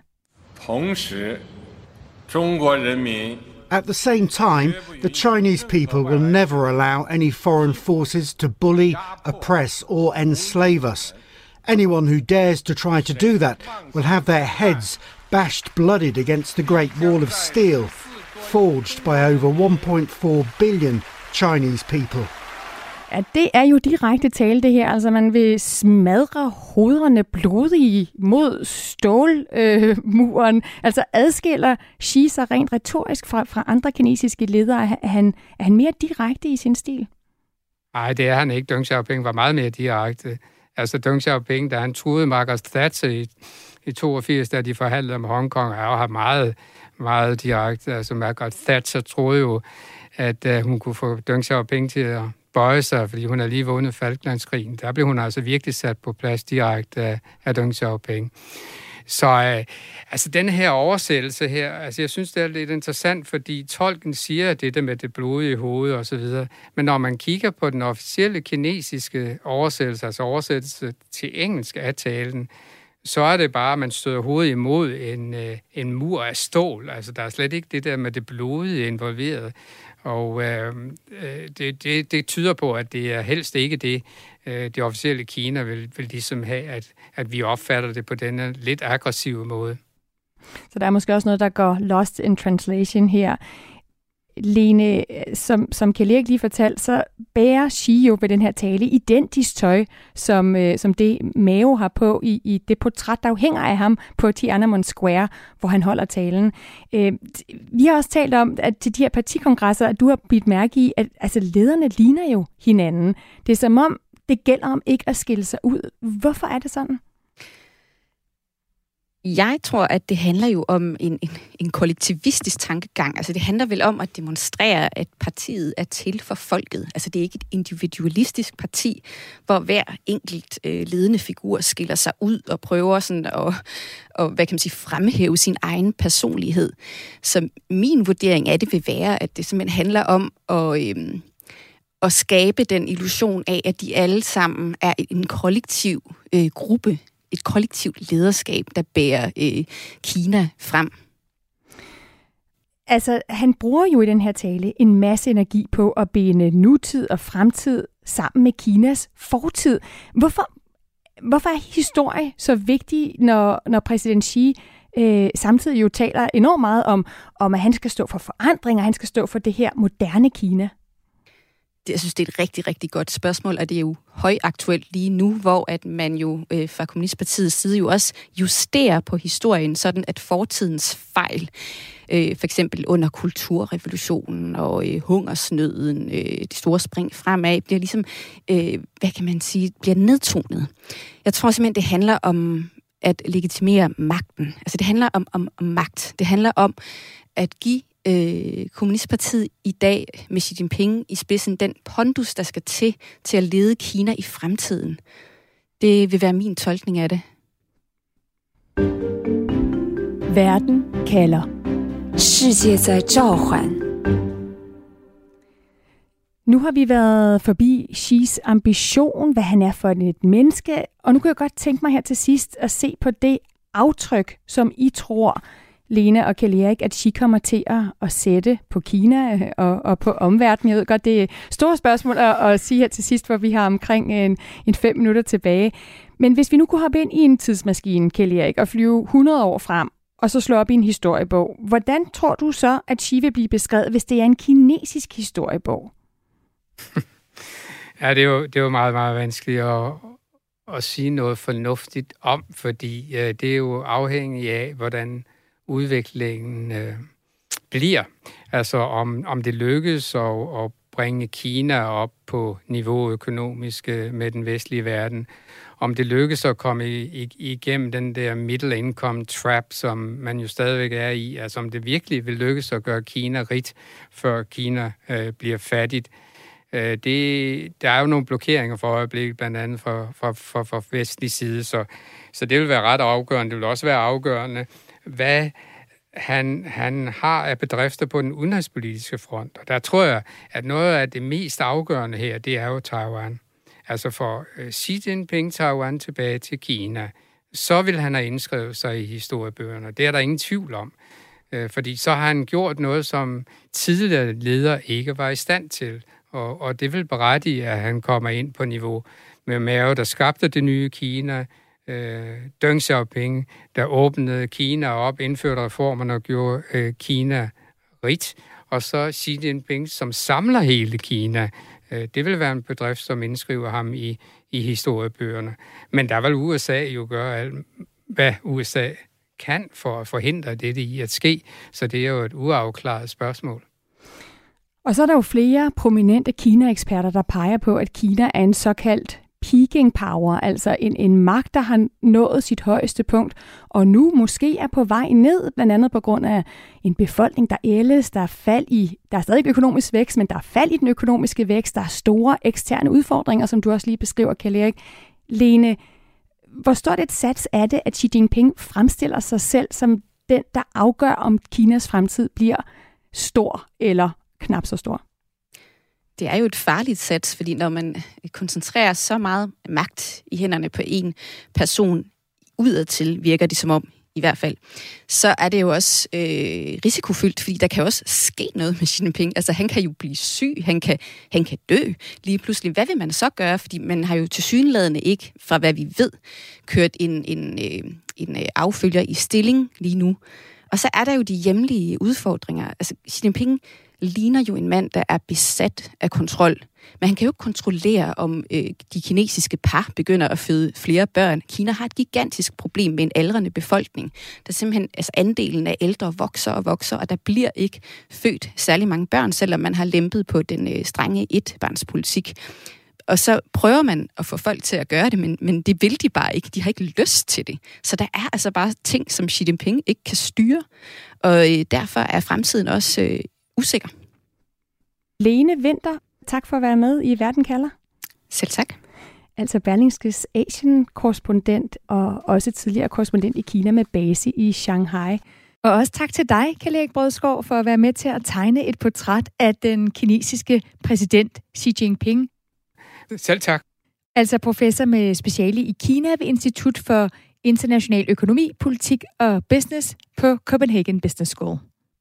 At the same time, the Chinese people will never allow any foreign forces to bully, oppress or enslave us. Anyone who dares to try to do that will have their heads bashed blooded against the Great Wall of Steel, forged by over one point four billion Chinese people. Ja, det er jo direkte tale, det her. Altså, man vil smadre hovederne blodige mod stålmuren. Øh, altså, adskiller Xi sig rent retorisk fra, fra andre kinesiske ledere? Er han, er han mere direkte i sin stil? Nej, det er han ikke. Deng Xiaoping var meget mere direkte. Altså, Deng Xiaoping, da han truede Margaret Thatcher i, i toogfirs, da de forhandlede om Hongkong, er jo meget, meget direkte. Altså, Margaret Thatcher troede jo, at uh, hun kunne få Deng Xiaoping til at bøje sig, fordi hun har lige vundet Falklandskrigen. Der blev hun altså virkelig sat på plads direkte af, af Deng Xiaoping. Så øh, altså denne her oversættelse her, altså jeg synes, det er lidt interessant, fordi tolken siger det der med det blodige hoved og så videre. Men når man kigger på den officielle kinesiske oversættelse, altså oversættelse til engelsk af talen, så er det bare, at man støder hovedet imod en, øh, en mur af stål. Altså der er slet ikke det der med det blodige involveret. Og øh, det, det, det tyder på, at det er helst ikke det, øh, det officielle Kina vil, vil ligesom have, at, at vi opfatter det på denne lidt aggressive måde. Så der er måske også noget, der går lost in translation her. Lene, som, som Kjell Erik lige fortalte, så bærer Xi jo ved den her tale identisk tøj, som, øh, som det Mao har på i, i det portræt, der jo hænger af ham på Tiananmen Square, hvor han holder talen. Øh, vi har også talt om, at til de her partikongresser, at du har bidt mærke i, at altså, lederne ligner jo hinanden. Det er som om, det gælder om ikke at skille sig ud. Hvorfor er det sådan? Jeg tror, at det handler jo om en, en, en kollektivistisk tankegang. Altså det handler vel om at demonstrere, at partiet er til for folket. Altså det er ikke et individualistisk parti, hvor hver enkelt øh, ledende figur skiller sig ud og prøver sådan at og, hvad kan man sige, fremhæve sin egen personlighed. Så min vurdering af det vil være, at det simpelthen handler om at... Øh, at skabe den illusion af, at de alle sammen er en kollektiv øh, gruppe, et kollektivt lederskab, der bærer øh, Kina frem. Altså, han bruger jo i den her tale en masse energi på at binde nutid og fremtid sammen med Kinas fortid. Hvorfor, hvorfor er historie så vigtig, når, når præsident Xi øh, samtidig jo taler enormt meget om, om, at han skal stå for forandring, og han skal stå for det her moderne Kina? Jeg synes, det er et rigtig, rigtig godt spørgsmål, og det er jo højaktuelt lige nu, hvor at man jo øh, fra Kommunistpartiets side jo også justerer på historien, sådan at fortidens fejl, øh, for eksempel under kulturrevolutionen og øh, hungersnøden, øh, de store spring fremad, bliver ligesom, øh, hvad kan man sige, bliver nedtonet. Jeg tror simpelthen, det handler om at legitimere magten. Altså det handler om, om, om magt. Det handler om at give Øh, Kommunistpartiet i dag med Xi Jinping i spidsen den pondus, der skal til til at lede Kina i fremtiden. Det vil være min tolkning af det. Verden kalder. Nu har vi været forbi Xis ambition, hvad han er for et menneske, og nu kan jeg godt tænke mig her til sidst at se på det aftryk, som I tror, Lene og Kjell Erik, at Xi kommer til at, at sætte på Kina og, og på omverdenen. Jeg ved godt, det er store spørgsmål at, at sige her til sidst, hvor vi har omkring en, en fem minutter tilbage. Men hvis vi nu kunne hoppe ind i en tidsmaskine, Kjell Erik, og flyve hundrede år frem, og så slå op i en historiebog, hvordan tror du så, at Xi vil blive beskrevet, hvis det er en kinesisk historiebog? Ja, det er jo, det er jo meget, meget vanskeligt at, at sige noget fornuftigt om, fordi ja, det er jo afhængigt af, hvordan udviklingen øh, bliver. Altså om, om det lykkes at, at bringe Kina op på niveau økonomisk øh, med den vestlige verden. Om det lykkes at komme i, i, igennem den der middle income trap, som man jo stadigvæk er i. Altså om det virkelig vil lykkes at gøre Kina rigt, før Kina øh, bliver fattigt. Øh, det, der er jo nogle blokeringer for øjeblikket, blandt andet fra, fra, fra, fra vestlig side, så, så det vil være ret afgørende. Det vil også være afgørende, hvad han, han har af bedrifter på den udenrigspolitiske front. Og der tror jeg, at noget af det mest afgørende her, det er jo Taiwan. Altså for uh, Xi Jinping Taiwan tilbage til Kina, så vil han have indskrevet sig i historiebøgerne. Det er der ingen tvivl om. Uh, fordi så har han gjort noget, som tidligere ledere ikke var i stand til. Og, og det vil berettige, at han kommer ind på niveau med Mao, der skabte det nye Kina, Øh, Deng Xiaoping, der åbnede Kina op, indførte reformerne og gjorde øh, Kina rigt, og så Xi Jinping, som samler hele Kina. Øh, det vil være en bedrift, som indskriver ham i, i historiebøgerne. Men der vil U S A jo gøre alt, hvad U S A kan for at forhindre dette i at ske, så det er jo et uafklaret spørgsmål. Og så er der jo flere prominente Kina-eksperter, der peger på, at Kina er en såkaldt peaking power, altså en, en magt, der har nået sit højeste punkt, og nu måske er på vej ned, blandt andet på grund af en befolkning, der ældes, der er fald i, der er stadig økonomisk vækst, men der er fald i den økonomiske vækst, der er store eksterne udfordringer, som du også lige beskriver, Kjell Erik. Lene, hvor stort et sats er det, at Xi Jinping fremstiller sig selv som den, der afgør, om Kinas fremtid bliver stor eller knap så stor? Det er jo et farligt sats, fordi når man koncentrerer så meget magt i hænderne på en person, udadtil virker det som om, i hvert fald, så er det jo også øh, risikofyldt, fordi der kan også ske noget med Xi Jinping. Altså han kan jo blive syg, han kan, han kan dø lige pludselig. Hvad vil man så gøre? Fordi man har jo tilsyneladende ikke, fra hvad vi ved, kørt en, en, øh, en affølger i stilling lige nu. Og så er der jo de hjemlige udfordringer. Altså Xi Jinping ligner jo en mand, der er besat af kontrol. Men han kan jo ikke kontrollere, om øh, de kinesiske par begynder at føde flere børn. Kina har et gigantisk problem med en aldrende befolkning. Der simpelthen, altså andelen af ældre vokser og vokser, og der bliver ikke født særlig mange børn, selvom man har lempet på den øh, strenge etbarnspolitik. Og så prøver man at få folk til at gøre det, men, men det vil de bare ikke. De har ikke lyst til det. Så der er altså bare ting, som Xi Jinping ikke kan styre. Og øh, derfor er fremtiden også øh, usikker. Lene Winther, tak for at være med i Verden kalder. Selv tak. Altså Berlingskes Asien-korrespondent og også tidligere korrespondent i Kina med base i Shanghai. Og også tak til dig, Kjeld Erik Brødsgaard, for at være med til at tegne et portræt af den kinesiske præsident Xi Jinping. Selv tak. Altså professor med speciale i Kina ved Institut for International Økonomi, Politik og Business på Copenhagen Business School.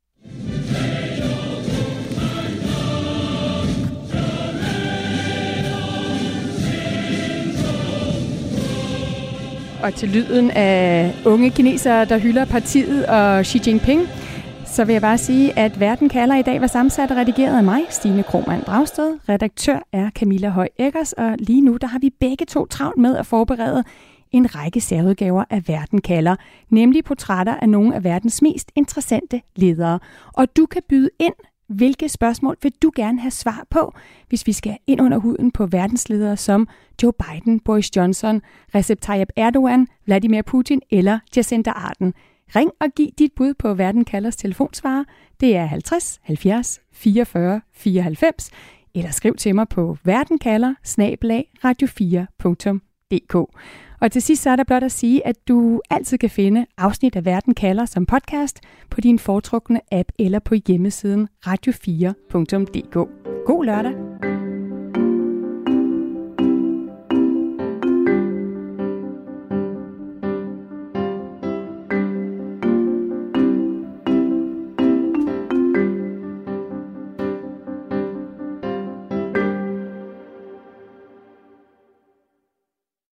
Og til lyden af unge kinesere, der hylder partiet og Xi Jinping, så vil jeg bare sige, at Verden kalder i dag var sammensat og redigeret af mig, Stine Krohmann Dragsted. Redaktør er Camilla Høj Eggers, og lige nu der har vi begge to travlt med at forberede en række særudgaver af Verden kalder, nemlig portrætter af nogle af verdens mest interessante ledere. Og du kan byde ind, hvilke spørgsmål vil du gerne have svar på, hvis vi skal ind under huden på verdensledere som Joe Biden, Boris Johnson, Recep Tayyip Erdogan, Vladimir Putin eller Jacinda Ardern. Ring og giv dit bud på Verden kalders telefonsvarer. Det er halvtreds halvfjerds fireogfyrre fireoghalvfems, eller skriv til mig på verdenkalder snabel-a radio fire punktum d k. Og til sidst så er der blot at sige, at du altid kan finde afsnit af Verden kalder som podcast på din foretrukne app eller på hjemmesiden radio fire punktum d k. God lørdag!